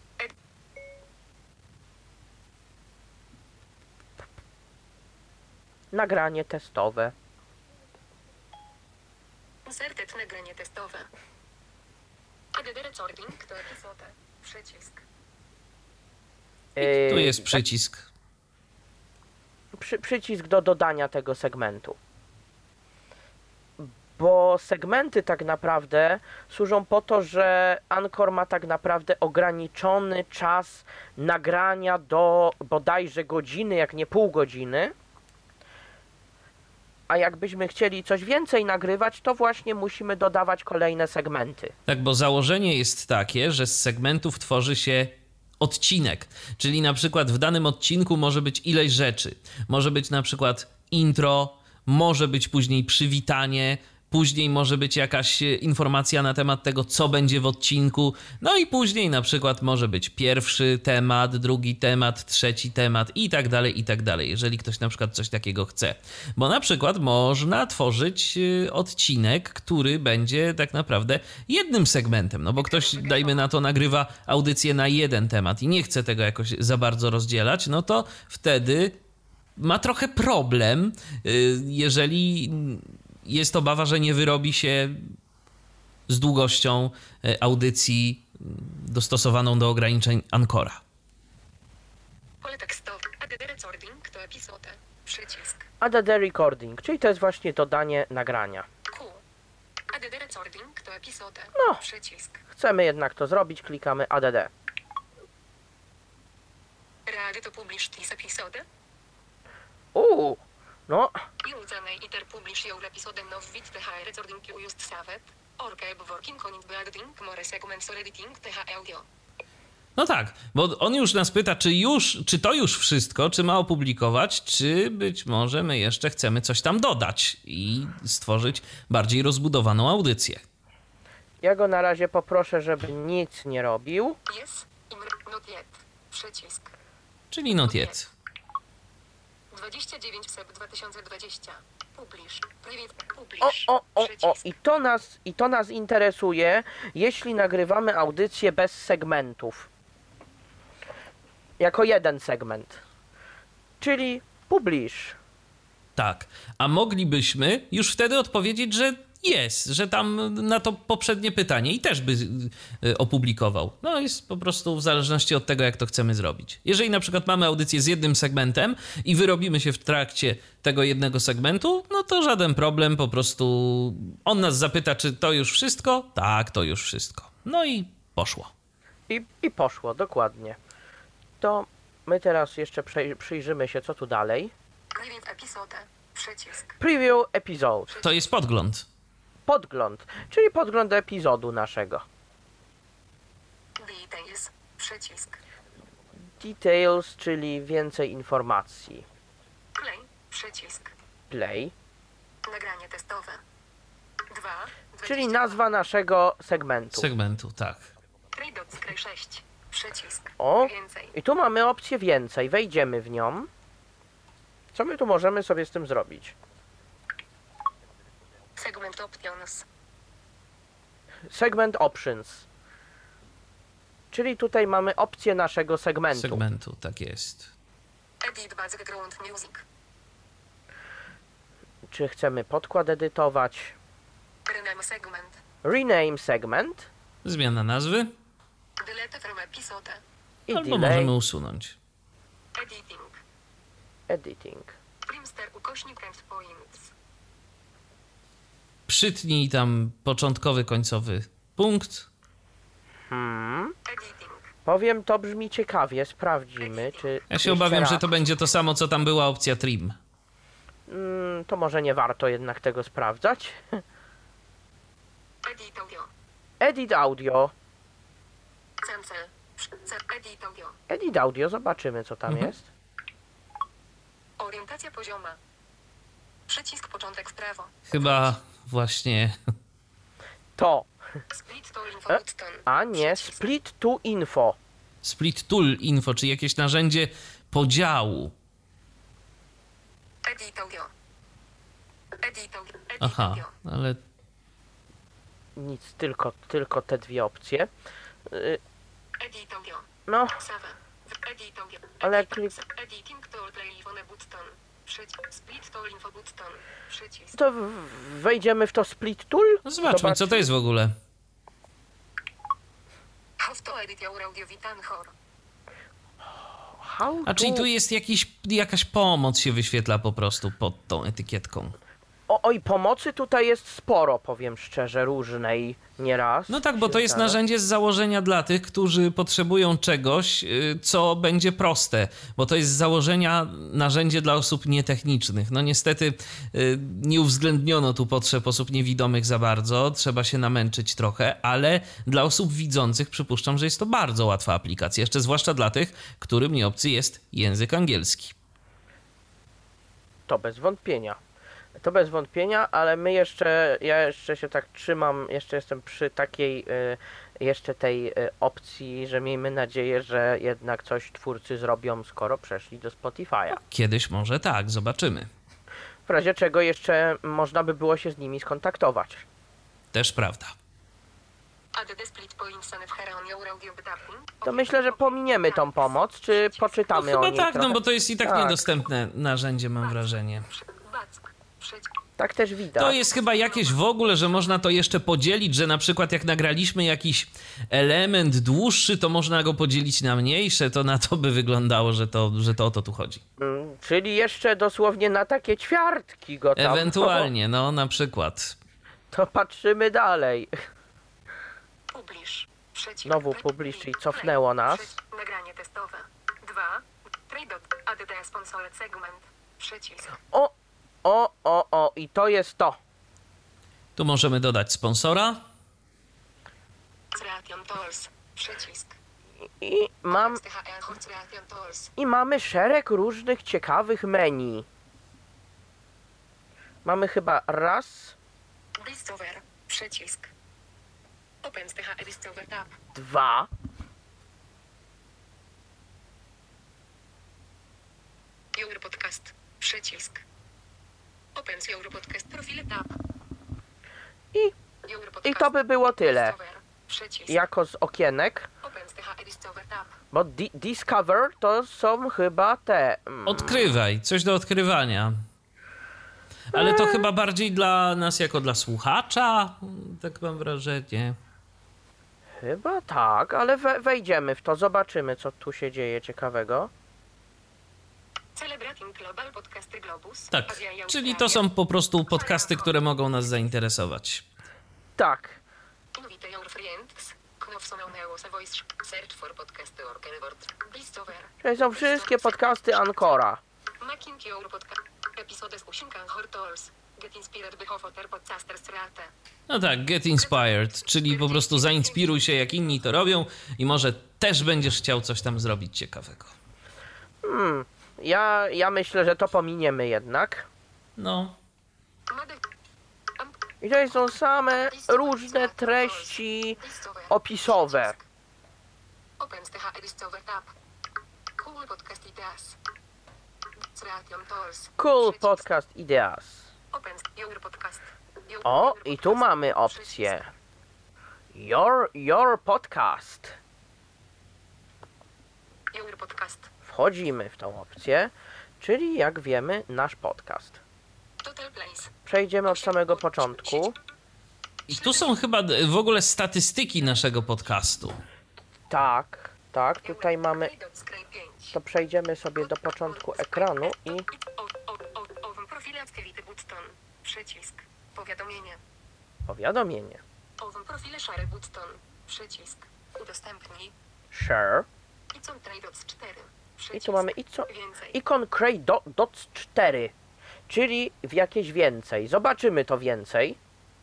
Nagranie testowe. Inserted nagranie testowe. ADD recording to epizody. Przycisk. Tu jest przycisk. Przycisk do dodania tego segmentu. Bo segmenty tak naprawdę służą po to, że Anchor ma tak naprawdę ograniczony czas nagrania do bodajże godziny, jak nie pół godziny. A jakbyśmy chcieli coś więcej nagrywać, to właśnie musimy dodawać kolejne segmenty. Tak, bo założenie jest takie, że z segmentów tworzy się odcinek. Czyli na przykład w danym odcinku może być ileś rzeczy. Może być na przykład intro, może być później przywitanie, później może być jakaś informacja na temat tego, co będzie w odcinku, no i później na przykład może być pierwszy temat, drugi temat, trzeci temat i tak dalej, jeżeli ktoś na przykład coś takiego chce. Bo na przykład można tworzyć odcinek, który będzie tak naprawdę jednym segmentem, no bo ktoś, dajmy na to, nagrywa audycję na jeden temat i nie chce tego jakoś za bardzo rozdzielać, no to wtedy ma trochę problem, jeżeli jest obawa, że nie wyrobi się z długością audycji dostosowaną do ograniczeń Anchora. Pole tekstowe. ADD recording to epizodę. Przycisk. ADD recording, czyli to jest właśnie dodanie nagrania. Q. ADD recording to epizodę. No. Przycisk. Chcemy jednak to zrobić, klikamy ADD. Ready to publish this episode. No, Username iter publish your episode of with the recording you used saved. Or keep working on it by adding more segments or editing the audio. No tak, bo on już nas pyta, czy to już wszystko, czy ma opublikować, czy być może my jeszcze chcemy coś tam dodać i stworzyć bardziej rozbudowaną audycję. ja go na razie poproszę, żeby nic nie robił. Yes. Not yet. Przycisk. Czyli not yet. 29 sep 2020. Publish. Private. O, Publish. o, o, o, Przycisk. i to nas interesuje, jeśli nagrywamy audycję bez segmentów. Jako jeden segment. Czyli publish. Tak, a moglibyśmy już wtedy odpowiedzieć, że jest, że tam na to poprzednie pytanie i też by opublikował. No jest po prostu w zależności od tego, jak to chcemy zrobić. Jeżeli na przykład mamy audycję z jednym segmentem i wyrobimy się w trakcie tego jednego segmentu, no to żaden problem, po prostu on nas zapyta, czy to już wszystko? Tak, to już wszystko. No i poszło. I poszło, dokładnie. To my teraz jeszcze przyjrzymy się, co tu dalej. Private episode. Przycisk. Preview episode. To jest podgląd. Podgląd, czyli podgląd epizodu naszego. Details. Przycisk. Details, czyli więcej informacji. Play. Przycisk. Play, Nagranie testowe. 2. czyli nazwa naszego segmentu. Segmentu, tak. 6. Przycisk. O, Więcej. i tu mamy opcję więcej. Wejdziemy w nią. Co my tu możemy sobie z tym zrobić? Segment options. Segment options. Czyli tutaj mamy opcję naszego segmentu. Segmentu, tak jest. Edit background music. Czy chcemy podkład edytować? Rename segment. Rename segment Zmiana nazwy, Delete from episode. i albo delay możemy usunąć. Editing. editing. Primster ukośnik endpoints. Przytnij tam początkowy, końcowy punkt. Editing. Powiem, to brzmi ciekawie. Sprawdzimy, czy... Ja się jeszcze obawiam, raz. że to będzie to samo, co tam była opcja trim. To może nie warto jednak tego sprawdzać. Edit audio. Edit audio. Cancel. Edit audio. Edit audio, zobaczymy, co tam jest. Orientacja pozioma. Przycisk początek w prawo. Chyba właśnie To. Split to info button. A nie, Przycisk. split to info. split tool info, czy jakieś narzędzie podziału. Edit audio. Edit audio. Edit Aha, audio. ale Nic, tylko te dwie opcje. Edit audio. No, Save. Edit audio. Ale Editing to telephone button. Przycisk. Split to info button. Przycisk. to wejdziemy w to split tool. no zobaczmy, co to jest w ogóle. How to edit your audio with Anchor. How A czyli to... tu jest jakaś pomoc się wyświetla po prostu pod tą etykietką. Oj, pomocy tutaj jest sporo, powiem szczerze, różnej nieraz. No tak, bo to jest narzędzie z założenia dla tych, którzy potrzebują czegoś, co będzie proste, bo to jest z założenia narzędzie dla osób nietechnicznych. No niestety nie uwzględniono tu potrzeb osób niewidomych za bardzo, trzeba się namęczyć trochę, ale dla osób widzących przypuszczam, że jest to bardzo łatwa aplikacja, jeszcze zwłaszcza dla tych, którym nie obcy jest język angielski. To bez wątpienia. Ale ja jeszcze się tak trzymam, jeszcze jestem przy takiej, jeszcze tej opcji, że miejmy nadzieję, że jednak coś twórcy zrobią, skoro przeszli do Spotify'a. Kiedyś może tak, zobaczymy. W razie czego jeszcze można by było się z nimi skontaktować. Też prawda. To myślę, że pominiemy tą pomoc, czy poczytamy No o chyba niej tak, trochę? no bo to jest i tak niedostępne narzędzie, mam wrażenie. Tak też widać. To jest chyba jakieś w ogóle, że można to jeszcze podzielić, że na przykład jak nagraliśmy jakiś element dłuższy, to można go podzielić na mniejsze, to na to by wyglądało, że to o to tu chodzi. Czyli jeszcze dosłownie na takie ćwiartki go tam. Ewentualnie, no na przykład. To patrzymy dalej. Publish. Znowu publish, czyli cofnęło nas. Nagranie testowe. 2. Trade ADD sponsored segment. Przycisk. I to jest to. Tu możemy dodać sponsora. Creation Tools. Przycisk. I mamy szereg różnych ciekawych menu. Mamy chyba raz, Discover. Przycisk. Open TH Discover tab. 2, Your Podcast. Przycisk. Open Your Podcast Profile tab. i to by było tyle. Discover. Przycisk. Jako z okienek. Open TH Discover tab. Bo Discover to są chyba te... Odkrywaj, coś do odkrywania. Ale to chyba bardziej dla nas jako dla słuchacza, tak mam wrażenie. Chyba tak, ale wejdziemy w to, zobaczymy, co tu się dzieje ciekawego. Celebrating Global Podcasty Globus. Tak, Azja i czyli Australia. to są po prostu podcasty, które mogą nas zainteresować. Tak. Invite your friends. Knopf sumoneus a voice. Search for podcasty or keyword. Discover. Czyli są wszystkie podcasty Ancora. Making your podcast. Episodes using Anchor Tools. Get inspired by other podcasters rate. No tak, get inspired, czyli po prostu zainspiruj się, jak inni to robią i może też będziesz chciał coś tam zrobić ciekawego. Ja myślę, że to pominiemy jednak. No, I tutaj są same różne treści opisowe. Open TH Discover tab. Cool podcast ideas. Creation Tools. Cool Podcast Ideas. Open your podcast. O, i tu mamy opcję. Your Podcast. Your podcast. Wchodzimy w tą opcję, czyli jak wiemy, nasz podcast. Total plays. Przejdziemy od samego początku. i tu są chyba w ogóle statystyki naszego podcastu. Tak, tutaj mamy, to przejdziemy sobie do początku ekranu i Profile activity button. Przycisk. Powiadomienie. powiadomienie. Profile share button. Przycisk. Udostępnij. Share. Icon Tradots 4. I tu mamy Więcej. ikon Create Dots 4, czyli w jakieś więcej. Zobaczymy to więcej.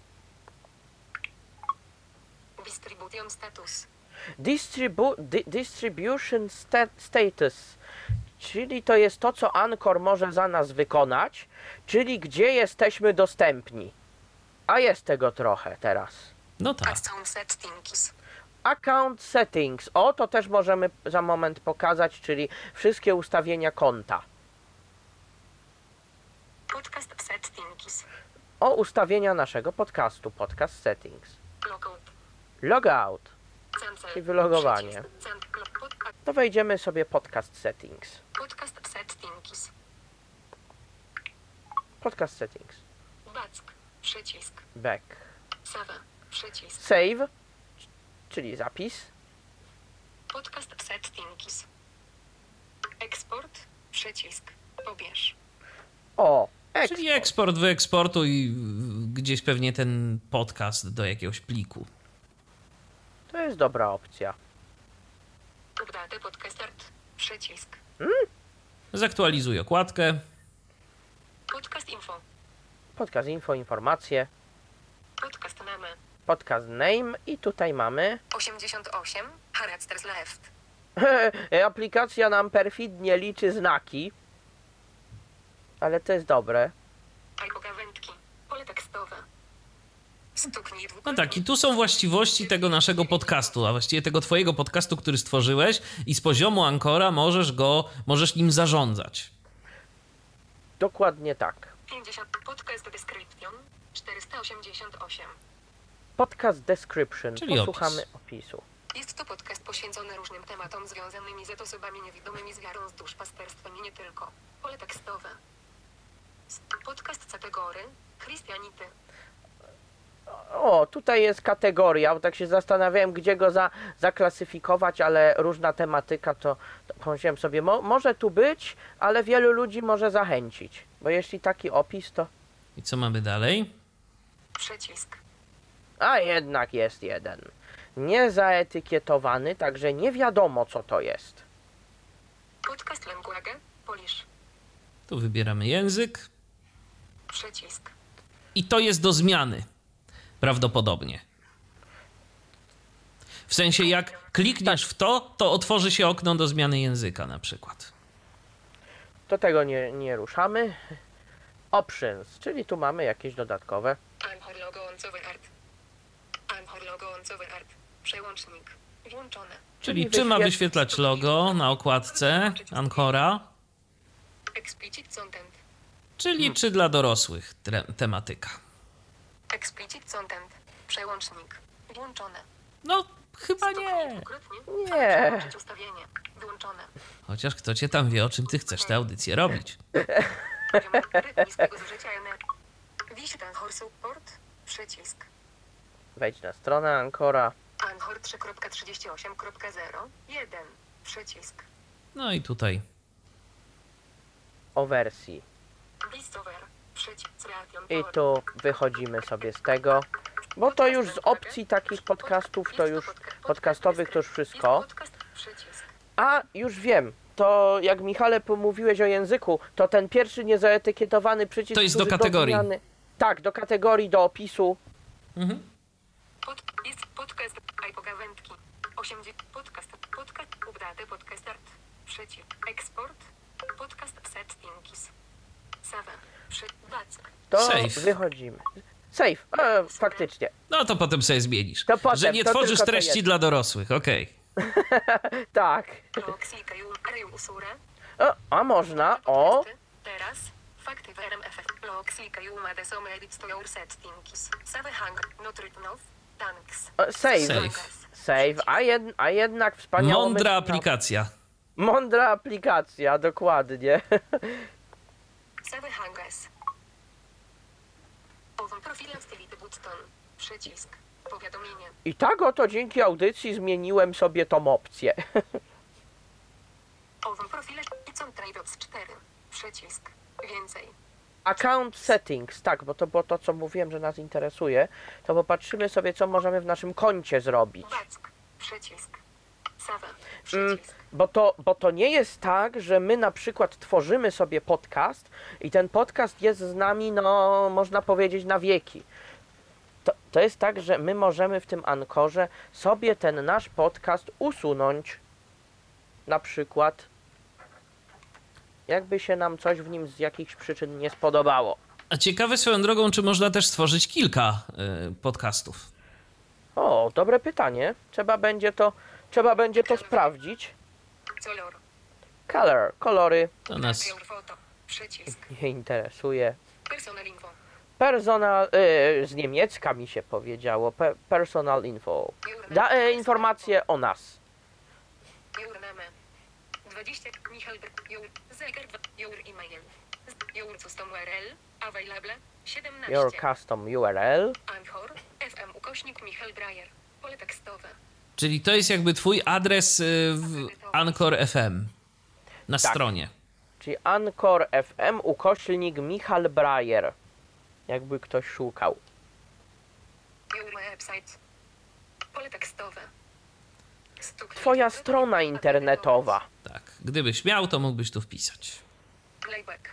Distribution status. Distribution status, czyli to jest to, co Anchor może za nas wykonać, czyli gdzie jesteśmy dostępni. A jest tego trochę teraz. No tak. Account settings. Account settings. O, to też możemy za moment pokazać, czyli wszystkie ustawienia konta. Podcast settings. O, ustawienia naszego podcastu. Podcast settings. Logout. Logout. Cancel. Czyli wylogowanie. Przycisk. To wejdziemy sobie podcast settings. Podcast settings. Podcast settings. Back. Przycisk. Back. Save. Przycisk. Save, czyli zapis. Podcast settings. Export. Przycisk. Pobierz. O, Czyli eksport, wyeksportuj gdzieś pewnie ten podcast do jakiegoś pliku. To jest dobra opcja. Update podcast start. Przycisk. Zaktualizuj okładkę. Podcast info. Podcast info, informacje, Podcast name. podcast name i tutaj mamy 88. Characters left. aplikacja nam perfidnie liczy znaki, ale to jest dobre. Pogawędki. Pole tekstowe. Stuknij No tak, i tu są właściwości tego naszego podcastu, a właściwie tego twojego podcastu, który stworzyłeś i z poziomu Anchora możesz nim zarządzać. Dokładnie tak. 50. Podcast description. 488. Podcast description. Czyli Posłuchamy opisu. Jest to podcast poświęcony różnym tematom związanymi z osobami niewidomymi z wiarą, z duszpasterstwem i nie tylko. Pole tekstowe. Podcast kategory. Christianity. O, tutaj jest kategoria, bo tak się zastanawiałem, gdzie go zaklasyfikować, ale różna tematyka, to pomyślałem sobie, może tu być, ale wielu ludzi może zachęcić, bo jeśli taki opis, to... I co mamy dalej? Przycisk. A jednak jest jeden. Niezaetykietowany, także nie wiadomo, co to jest. Podcast language. Polish. Tu wybieramy język Przycisk. i to jest do zmiany. Prawdopodobnie. W sensie jak klikniesz w to otworzy się okno do zmiany języka na przykład. Do tego nie ruszamy. Options, czyli tu mamy jakieś dodatkowe. Anchor logo on cover art. Anchor logo on cover art. Przełącznik. Włączone. Czyli czy ma wyświetlać logo na okładce Anchora, Explicit content. czyli czy dla dorosłych tematyka. Explicit content. Przełącznik. Włączone. No, chyba nie. Dwukrotnie. Nie. Przełączyć ustawienie. Wyłączone. Chociaż kto cię tam wie, o czym ty chcesz tę audycję robić. Poziom niskiego zużycia energii. Wisit Anchor support. Przycisk. Wejdź na stronę Anchora. Anchor 3.38.0. 1. Przycisk. No i tutaj O wersji. VoiceOver. Przycisk. I tu wychodzimy sobie z tego. Bo to już z opcji takich podcastów, to już podcastowych, to już wszystko. Podcast. Przycisk. A, już wiem. To jak Michale mówiłeś o języku, to ten pierwszy niezaetykietowany przycisk... To jest do który kategorii. Tak, do kategorii, do opisu. Jest podcast. Pogawędki. 80. Podcast. Update podcast start. Przycisk. Eksport. Podcast settings. Save. Back. To Save. wychodzimy. Save. Faktycznie. No to potem sobie zmienisz. To potem, że nie to tworzysz tylko to treści jest. dla dorosłych, okej. Tak. Usura. A można, o. Teraz. Fakty w RMF. Loxikajú máte som edit to your settings. Save hang. Not written off. Thanks. Save. Save. Save. A jednak wspaniała Mądra myśl- aplikacja. Mądra aplikacja, dokładnie. Save hanges. Owym profilem stylity button. Przycisk. Powiadomienie. I tak oto dzięki audycji zmieniłem sobie tą opcję. Owym profile są trade-offs 4. Przycisk. Więcej. Account settings, tak, bo to było to, co mówiłem, że nas interesuje. To popatrzymy sobie, co możemy w naszym koncie zrobić. Back. Przycisk. Save. Przycisk. Bo to nie jest tak, że my na przykład tworzymy sobie podcast i ten podcast jest z nami, no można powiedzieć, na wieki. To jest tak, że my możemy w tym Anchorze sobie ten nasz podcast usunąć. Na przykład, jakby się nam coś w nim z jakichś przyczyn nie spodobało. A ciekawe swoją drogą, czy można też stworzyć kilka podcastów. O, dobre pytanie. Trzeba będzie to sprawdzić. Color. Kolory. To nas Your photo. Przycisk. Nie interesuje. Personal info. Personal, z niemiecka mi się powiedziało. Personal info. Informacje o nas. Your name. 20. Michal. Your zegar. Your email. Your custom URL. Available. 17. Your custom URL. Anchor. FM ukośnik Michal Brajer. Pole tekstowe. Czyli to jest jakby twój adres w Anchor FM na Tak. stronie. Czyli Anchor FM /Michal Brajer. Jakby ktoś szukał. Your website. Pole tekstowe. Twoja strona internetowa. Tak, gdybyś miał, to mógłbyś tu wpisać. Playback.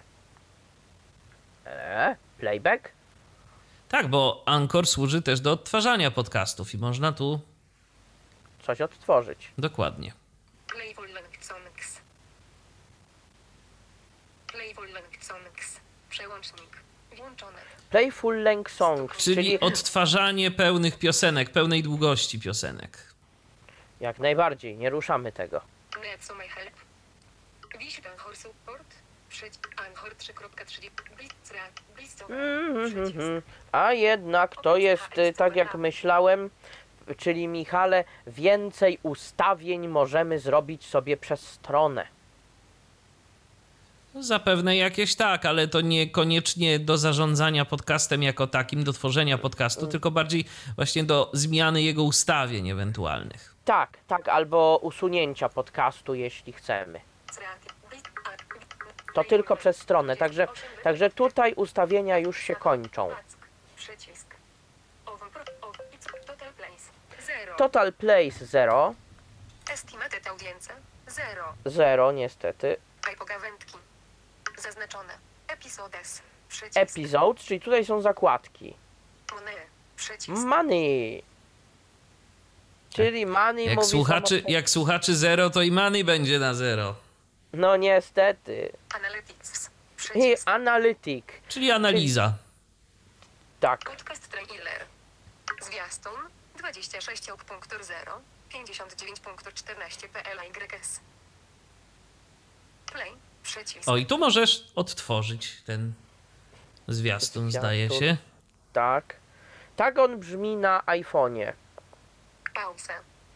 Playback? Tak, bo Anchor służy też do odtwarzania podcastów i można tu Coś odtworzyć. dokładnie. Playful length songs. Playful length songs. Przełącznik. Włączone. Playful length songs, Czyli odtwarzanie pełnych piosenek, pełnej długości piosenek. jak najbardziej, nie ruszamy tego. Need so my help. Wish Anchor support. Anchor 3.3. A jednak to jest tak jak myślałem, czyli Michale, więcej ustawień możemy zrobić sobie przez stronę. Zapewne jakieś tak, ale to niekoniecznie do zarządzania podcastem jako takim, do tworzenia podcastu, tylko bardziej właśnie do zmiany jego ustawień ewentualnych. Tak, albo usunięcia podcastu, jeśli chcemy. To tylko przez stronę, także tutaj ustawienia już się kończą. Przycisk. Total place 0. Total place 0, Estimated audience 0. 0 niestety. Pogawędki. Zaznaczone. Episodes. Przycisk. Episodes, czyli tutaj są zakładki. Money. Przycisk. Money. Czyli money Jak mówi jak słuchaczy 0, to i money będzie na 0. No niestety. Analytics. I Przycisk. analytic. Czyli analiza. Tak. Podcast trailer. Zwiastun 26.0 59.14 PLYS. Play. Przycisk. O, i tu możesz odtworzyć ten zwiastun, zdaje się. Tak. Tak on brzmi na iPhone'ie. Pauza.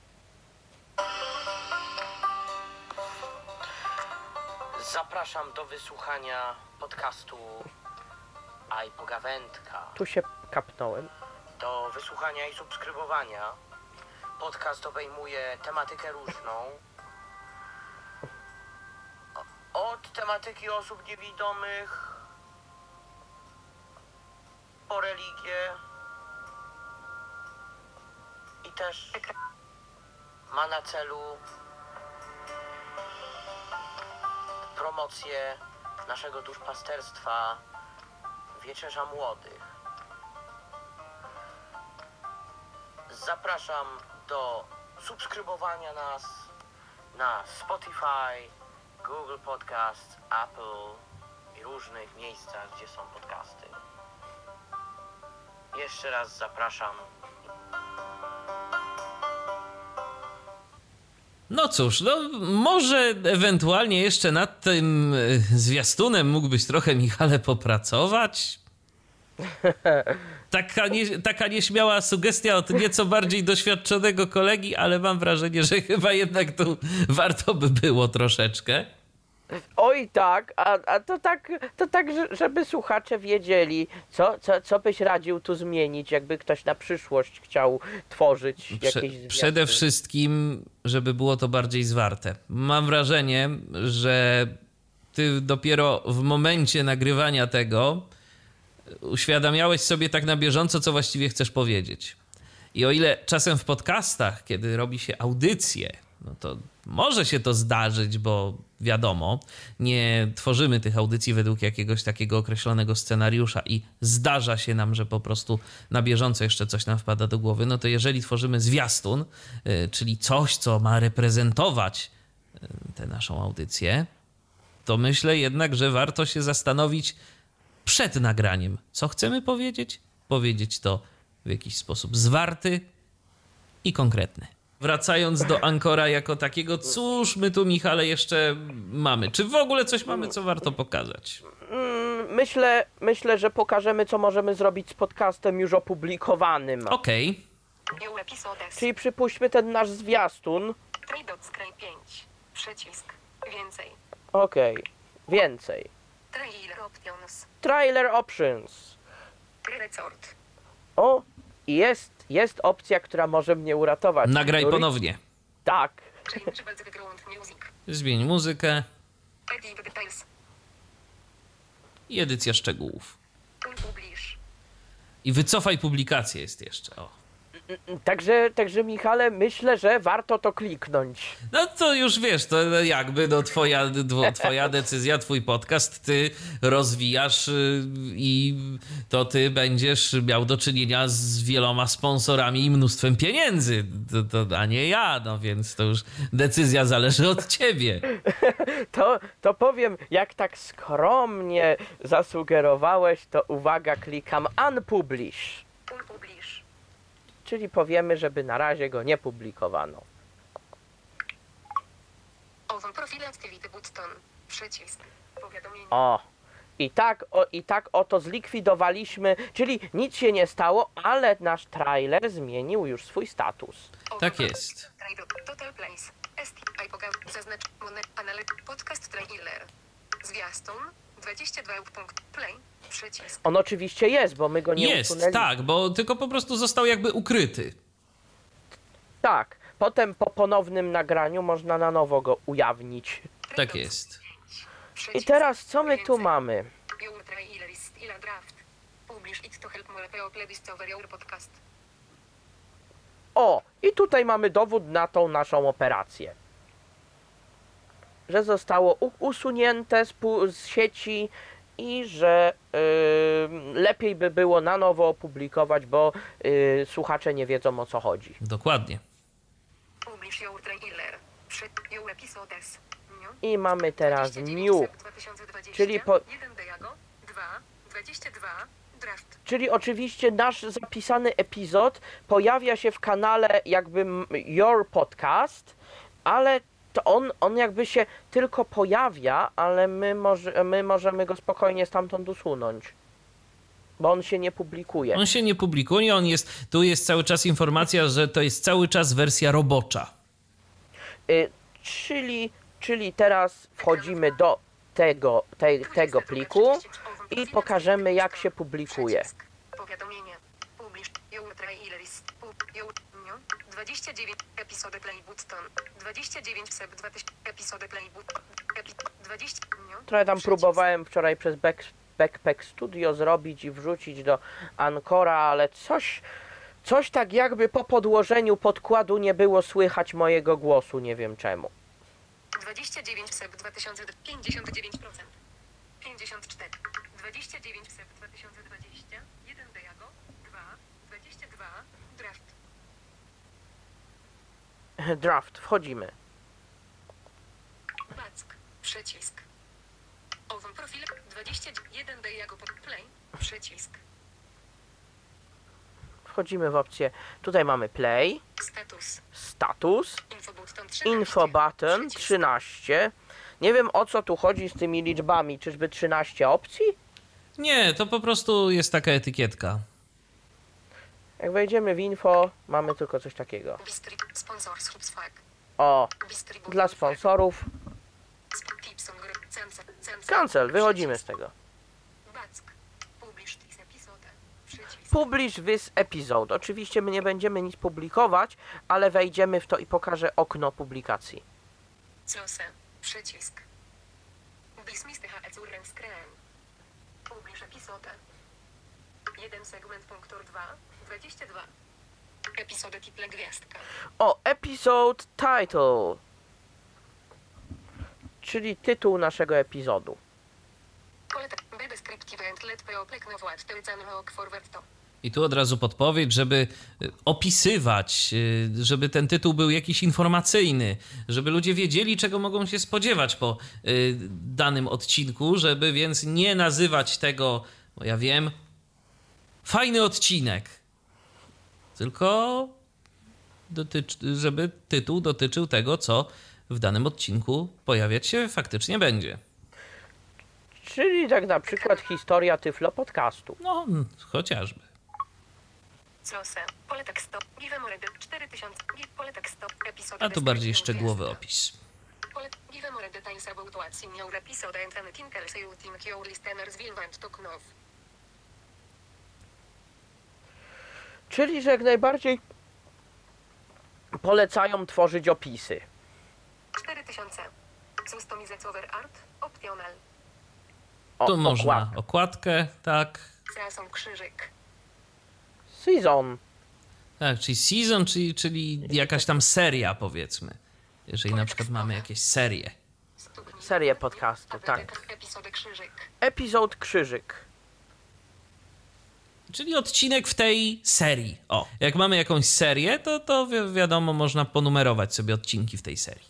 Zapraszam do wysłuchania podcastu Aj Pogawędka. Tu się kapnąłem. Do wysłuchania i subskrybowania. Podcast obejmuje tematykę różną. Od tematyki osób niewidomych po religię i też ma na celu promocję naszego duszpasterstwa Wieczerza Młodych. Zapraszam do subskrybowania nas na Spotify, Google Podcast, Apple i różnych miejscach, gdzie są podcasty. Jeszcze raz zapraszam. No cóż, no może ewentualnie jeszcze nad tym zwiastunem mógłbyś trochę, Michale, popracować? Taka nieśmiała sugestia od nieco bardziej doświadczonego kolegi, ale mam wrażenie, że chyba jednak tu warto by było troszeczkę. Oj tak, a to tak, żeby słuchacze wiedzieli, co byś radził tu zmienić, jakby ktoś na przyszłość chciał tworzyć jakieś zwiastuny. Przede wszystkim, żeby było to bardziej zwarte. Mam wrażenie, że ty dopiero w momencie nagrywania tego uświadamiałeś sobie tak na bieżąco, co właściwie chcesz powiedzieć. I o ile czasem w podcastach, kiedy robi się audycje, no to może się to zdarzyć, bo wiadomo, nie tworzymy tych audycji według jakiegoś takiego określonego scenariusza i zdarza się nam, że po prostu na bieżąco jeszcze coś nam wpada do głowy, no to jeżeli tworzymy zwiastun, czyli coś, co ma reprezentować tę naszą audycję, to myślę jednak, że warto się zastanowić przed nagraniem, co chcemy powiedzieć, powiedzieć to w jakiś sposób zwarty i konkretny. Wracając do Anchora jako takiego, cóż my tu, Michale, jeszcze mamy? Czy w ogóle coś mamy, co warto pokazać? Myślę, że pokażemy, co możemy zrobić z podcastem już opublikowanym. Okej. New episodes. Czyli przypuśćmy ten nasz zwiastun. 3.5. Przycisk. Więcej. Okej. Więcej. Trailer options. Trailer options. Resort. O, jest opcja, która może mnie uratować. Nagraj ponownie. Tak. Change background music. Zmień muzykę. Edit details. i edycja szczegółów. Unpublish. I wycofaj publikację jest jeszcze. O. Także Michale, myślę, że warto to kliknąć. No to już wiesz, to jakby twoja decyzja, twój podcast, ty rozwijasz i to ty będziesz miał do czynienia z wieloma sponsorami i mnóstwem pieniędzy, a nie ja, no więc to już decyzja zależy od ciebie. To powiem, jak tak skromnie zasugerowałeś, to uwaga, klikam unpublish. Unpublish. Czyli powiemy, żeby na razie go nie publikowano. Own profile activity button. Przycisk. Powiadomienie. I tak oto zlikwidowaliśmy, czyli nic się nie stało, ale nasz trailer zmienił już swój status. Tak jest. Total place. iPoga. Zaznacz. Podcast trailer. Zwiastun. 22. Play. Przycisk. On oczywiście jest, bo my go nie Jest, usunęliśmy. tak, bo tylko po prostu został jakby ukryty. Tak, potem po ponownym nagraniu można na nowo go ujawnić. Tak jest. I teraz co my tu mamy? Your trailer is still a draft. Publish it to help more people discover your podcast. O, i tutaj mamy dowód na tą naszą operację. Że zostało usunięte z sieci i że lepiej by było na nowo opublikować, bo słuchacze nie wiedzą, o co chodzi. Dokładnie. Publish your trailer. Your episodes. I mamy teraz 29 new, 2020, czyli 1 Diago, 2, 22, draft. czyli oczywiście nasz zapisany epizod pojawia się w kanale jakby Your Podcast, ale to on jakby się tylko pojawia, ale my możemy go spokojnie stamtąd usunąć. Bo on się nie publikuje. On się nie publikuje, tu jest cały czas informacja, że to jest cały czas wersja robocza. Czyli teraz wchodzimy do tego pliku i pokażemy, jak się publikuje. Powiadomienie. Publish your trailer is 29 epizody play button. 29 seb 2000 epizody play button. 20 Trochę tam próbowałem wczoraj przez Backpack Studio zrobić i wrzucić do Ancora, ale coś tak jakby po podłożeniu podkładu nie było słychać mojego głosu, nie wiem czemu. 29 seb 2059%. 54. 29 seb 2020. 1 Diago. 2. 22. Draft. Draft, wchodzimy. Back. Przycisk. Own profil 21 Diago play. Przycisk. Wchodzimy w opcję, tutaj mamy play, status, info button 13. Nie wiem, o co tu chodzi z tymi liczbami, czyżby 13 opcji? Nie, to po prostu jest taka etykietka. Jak wejdziemy w info, mamy tylko coś takiego. Sponsors. O, dla sponsorów. Cancel, wychodzimy z tego. Publish this episode. Oczywiście my nie będziemy nic publikować, ale wejdziemy w to i pokażę okno publikacji. Close. Przycisk. Dismissed HECURREN screen. Publish episode. 1 segment punktur 2. 22. Episode title gwiazdka. O, episode title. Czyli tytuł naszego epizodu. I tu od razu podpowiedź, żeby opisywać, żeby ten tytuł był jakiś informacyjny, żeby ludzie wiedzieli, czego mogą się spodziewać po danym odcinku, żeby więc nie nazywać tego, bo ja wiem, fajny odcinek, tylko żeby tytuł dotyczył tego, co w danym odcinku pojawiać się faktycznie będzie. Czyli tak na przykład historia Tyflo Podcastu. No, chociażby. Pole tekstu. 4000. Pole tekstu. A tu bardziej szczegółowy opis. Czyli, że jak najbardziej polecają tworzyć opisy. 4000. Customize cover art. Optional. Tu można okładkę. okładkę, tak. Season krzyżyk. Season. Tak, czyli season, czyli jakaś tam seria, powiedzmy. Jeżeli na przykład mamy jakieś serie. Serię podcastu, tak. Epizody krzyżyk. Epizod krzyżyk. Czyli odcinek w tej serii. O, jak mamy jakąś serię, to wiadomo, można ponumerować sobie odcinki w tej serii.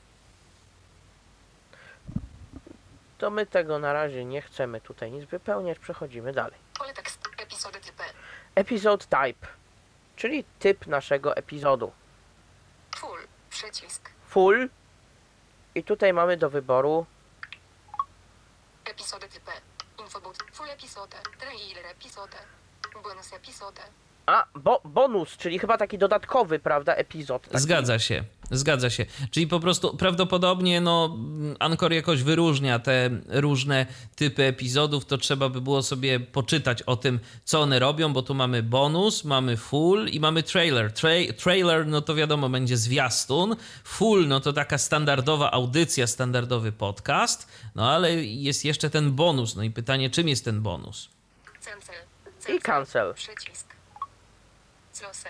To my tego na razie nie chcemy tutaj nic wypełniać, przechodzimy dalej. Pole tekstu. Epizody typy. Episode type, czyli typ naszego epizodu. Full. Przycisk. Full. I tutaj mamy do wyboru Epizody typy. Infobot. Full episode. Trailer episode. Bonus episode. bonus, czyli chyba taki dodatkowy, prawda, epizod. Taki. Zgadza się. Czyli po prostu prawdopodobnie Anchor jakoś wyróżnia te różne typy epizodów, to trzeba by było sobie poczytać o tym, co one robią, bo tu mamy bonus, mamy full i mamy trailer. Trailer, no to wiadomo, będzie zwiastun. Full, no to taka standardowa audycja, standardowy podcast, no ale jest jeszcze ten bonus. No i pytanie, czym jest ten bonus? Cancel. I cancel. Przycisk. Close.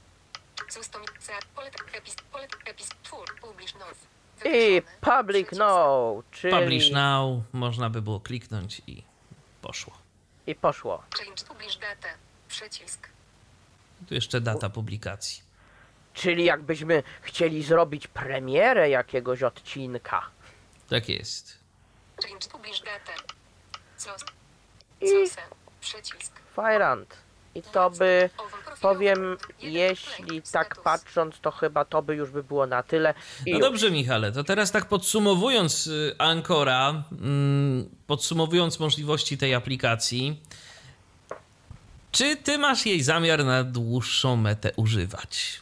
Full. Publish now. I Wyrażony. public Przycisk. now, czyli... Publish now, można by było kliknąć i poszło. I poszło. Change publish datę. Przycisk. Tu jeszcze data publikacji. Czyli jakbyśmy chcieli zrobić premierę jakiegoś odcinka. Tak jest. Change publish datę. Close. I Close. Przycisk. Fajrant. I to by, Owym profilowy. powiem, Jeden jeśli play. tak Status. patrząc, to chyba to by już by było na tyle. I No już. dobrze, Michale, to teraz tak podsumowując Anchora, podsumowując możliwości tej aplikacji, czy ty masz jej zamiar na dłuższą metę używać?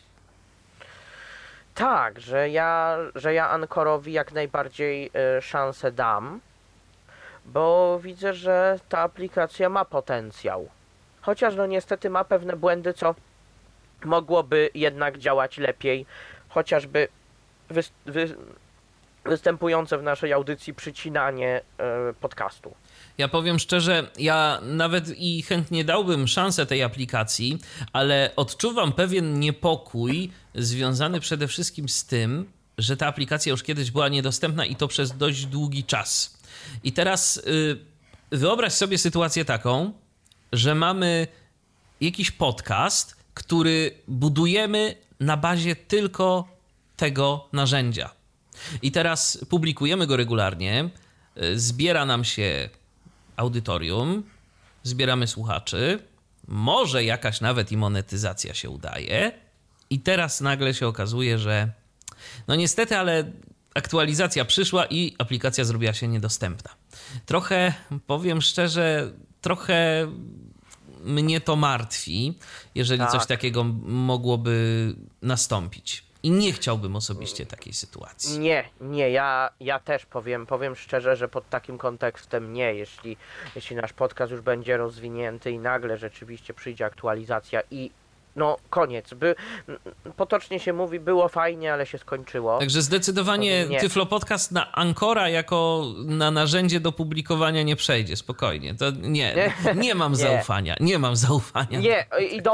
Tak, że ja Anchorowi jak najbardziej szansę dam, bo widzę, że ta aplikacja ma potencjał. Chociaż no niestety ma pewne błędy, co mogłoby jednak działać lepiej, chociażby występujące w naszej audycji przycinanie podcastu. Ja powiem szczerze, ja nawet i chętnie dałbym szansę tej aplikacji, ale odczuwam pewien niepokój związany przede wszystkim z tym, że ta aplikacja już kiedyś była niedostępna i to przez dość długi czas. I teraz wyobraź sobie sytuację taką, że mamy jakiś podcast, który budujemy na bazie tylko tego narzędzia. I teraz publikujemy go regularnie, zbiera nam się audytorium, zbieramy słuchaczy, może jakaś nawet i monetyzacja się udaje i teraz nagle się okazuje, że no niestety, ale aktualizacja przyszła i aplikacja zrobiła się niedostępna. Trochę, powiem szczerze, trochę mnie to martwi, jeżeli coś takiego mogłoby nastąpić. I nie chciałbym osobiście takiej sytuacji. Nie, ja też powiem szczerze, że pod takim kontekstem nie, jeśli nasz podcast już będzie rozwinięty i nagle rzeczywiście przyjdzie aktualizacja i no koniec, potocznie się mówi, było fajnie, ale się skończyło. Także zdecydowanie Nie. Tyflo Podcast na Anchora jako na narzędzie do publikowania nie przejdzie, spokojnie. To nie mam zaufania, nie mam zaufania. Nie,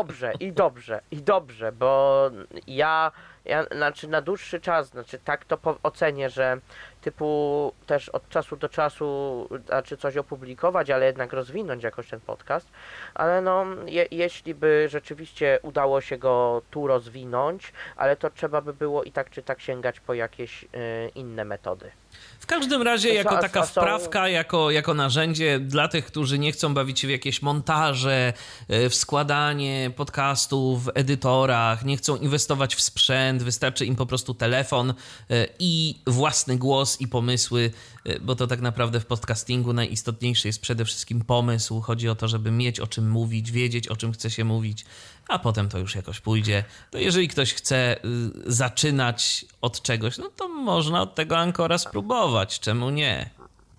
i dobrze, bo ja znaczy na dłuższy czas, znaczy tak to ocenię, że typu też od czasu do czasu znaczy coś opublikować, ale jednak rozwinąć jakoś ten podcast, ale no jeśli by rzeczywiście udało się go tu rozwinąć, ale to trzeba by było i tak czy tak sięgać po jakieś inne metody. W każdym razie jako taka są- wprawka, jako narzędzie dla tych, którzy nie chcą bawić się w jakieś montaże, w składanie podcastów, w edytorach, nie chcą inwestować w sprzęt, wystarczy im po prostu telefon i własny głos i pomysły, bo to tak naprawdę w podcastingu najistotniejszy jest przede wszystkim pomysł. Chodzi o to, żeby mieć o czym mówić, wiedzieć o czym chce się mówić, a potem to już jakoś pójdzie. To jeżeli ktoś chce zaczynać od czegoś, no to można od tego Anchora spróbować, czemu nie?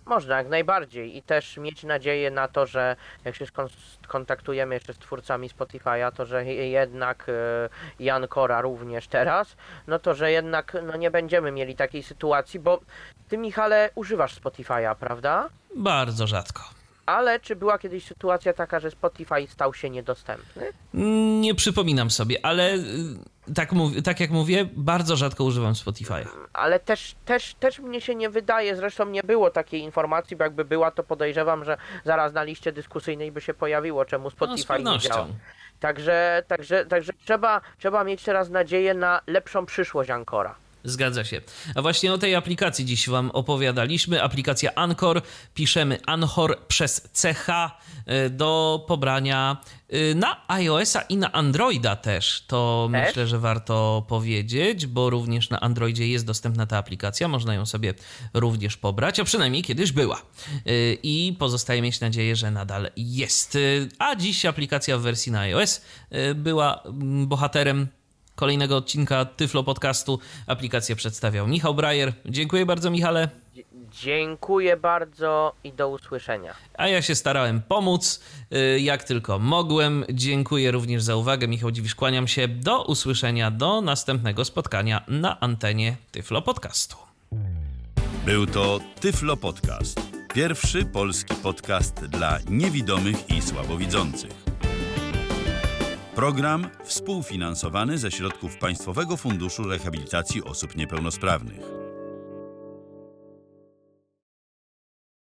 Można, jak najbardziej i też mieć nadzieję na to, że jak się skontaktujemy jeszcze z twórcami Spotify'a, to że jednak i Anchora również teraz, no to że jednak nie będziemy mieli takiej sytuacji, bo ty, Michale, używasz Spotify'a, prawda? Bardzo rzadko. Ale czy była kiedyś sytuacja taka, że Spotify stał się niedostępny? Nie przypominam sobie, ale tak jak mówię, bardzo rzadko używam Spotify'a. Ale też mnie się nie wydaje, zresztą nie było takiej informacji, bo jakby była, to podejrzewam, że zaraz na liście dyskusyjnej by się pojawiło, czemu Spotify nie działa. Także trzeba mieć teraz nadzieję na lepszą przyszłość Anchora. Zgadza się. A właśnie o tej aplikacji dziś wam opowiadaliśmy. Aplikacja Anchor, piszemy Anchor przez CH do pobrania na iOS-a i na Androida też. To myślę, że warto powiedzieć, bo również na Androidzie jest dostępna ta aplikacja. Można ją sobie również pobrać, a przynajmniej kiedyś była. I pozostaje mieć nadzieję, że nadal jest. A dziś aplikacja w wersji na iOS była bohaterem kolejnego odcinka Tyflo Podcastu. Aplikację przedstawiał Michał Brajer. Dziękuję bardzo, Michale. Dziękuję bardzo i do usłyszenia. A ja się starałem pomóc, jak tylko mogłem. Dziękuję również za uwagę. Michał Dziwisz, kłaniam się. Do usłyszenia, do następnego spotkania na antenie Tyflo Podcastu. Był to Tyflo Podcast. Pierwszy polski podcast dla niewidomych i słabowidzących. Program współfinansowany ze środków Państwowego Funduszu Rehabilitacji Osób Niepełnosprawnych.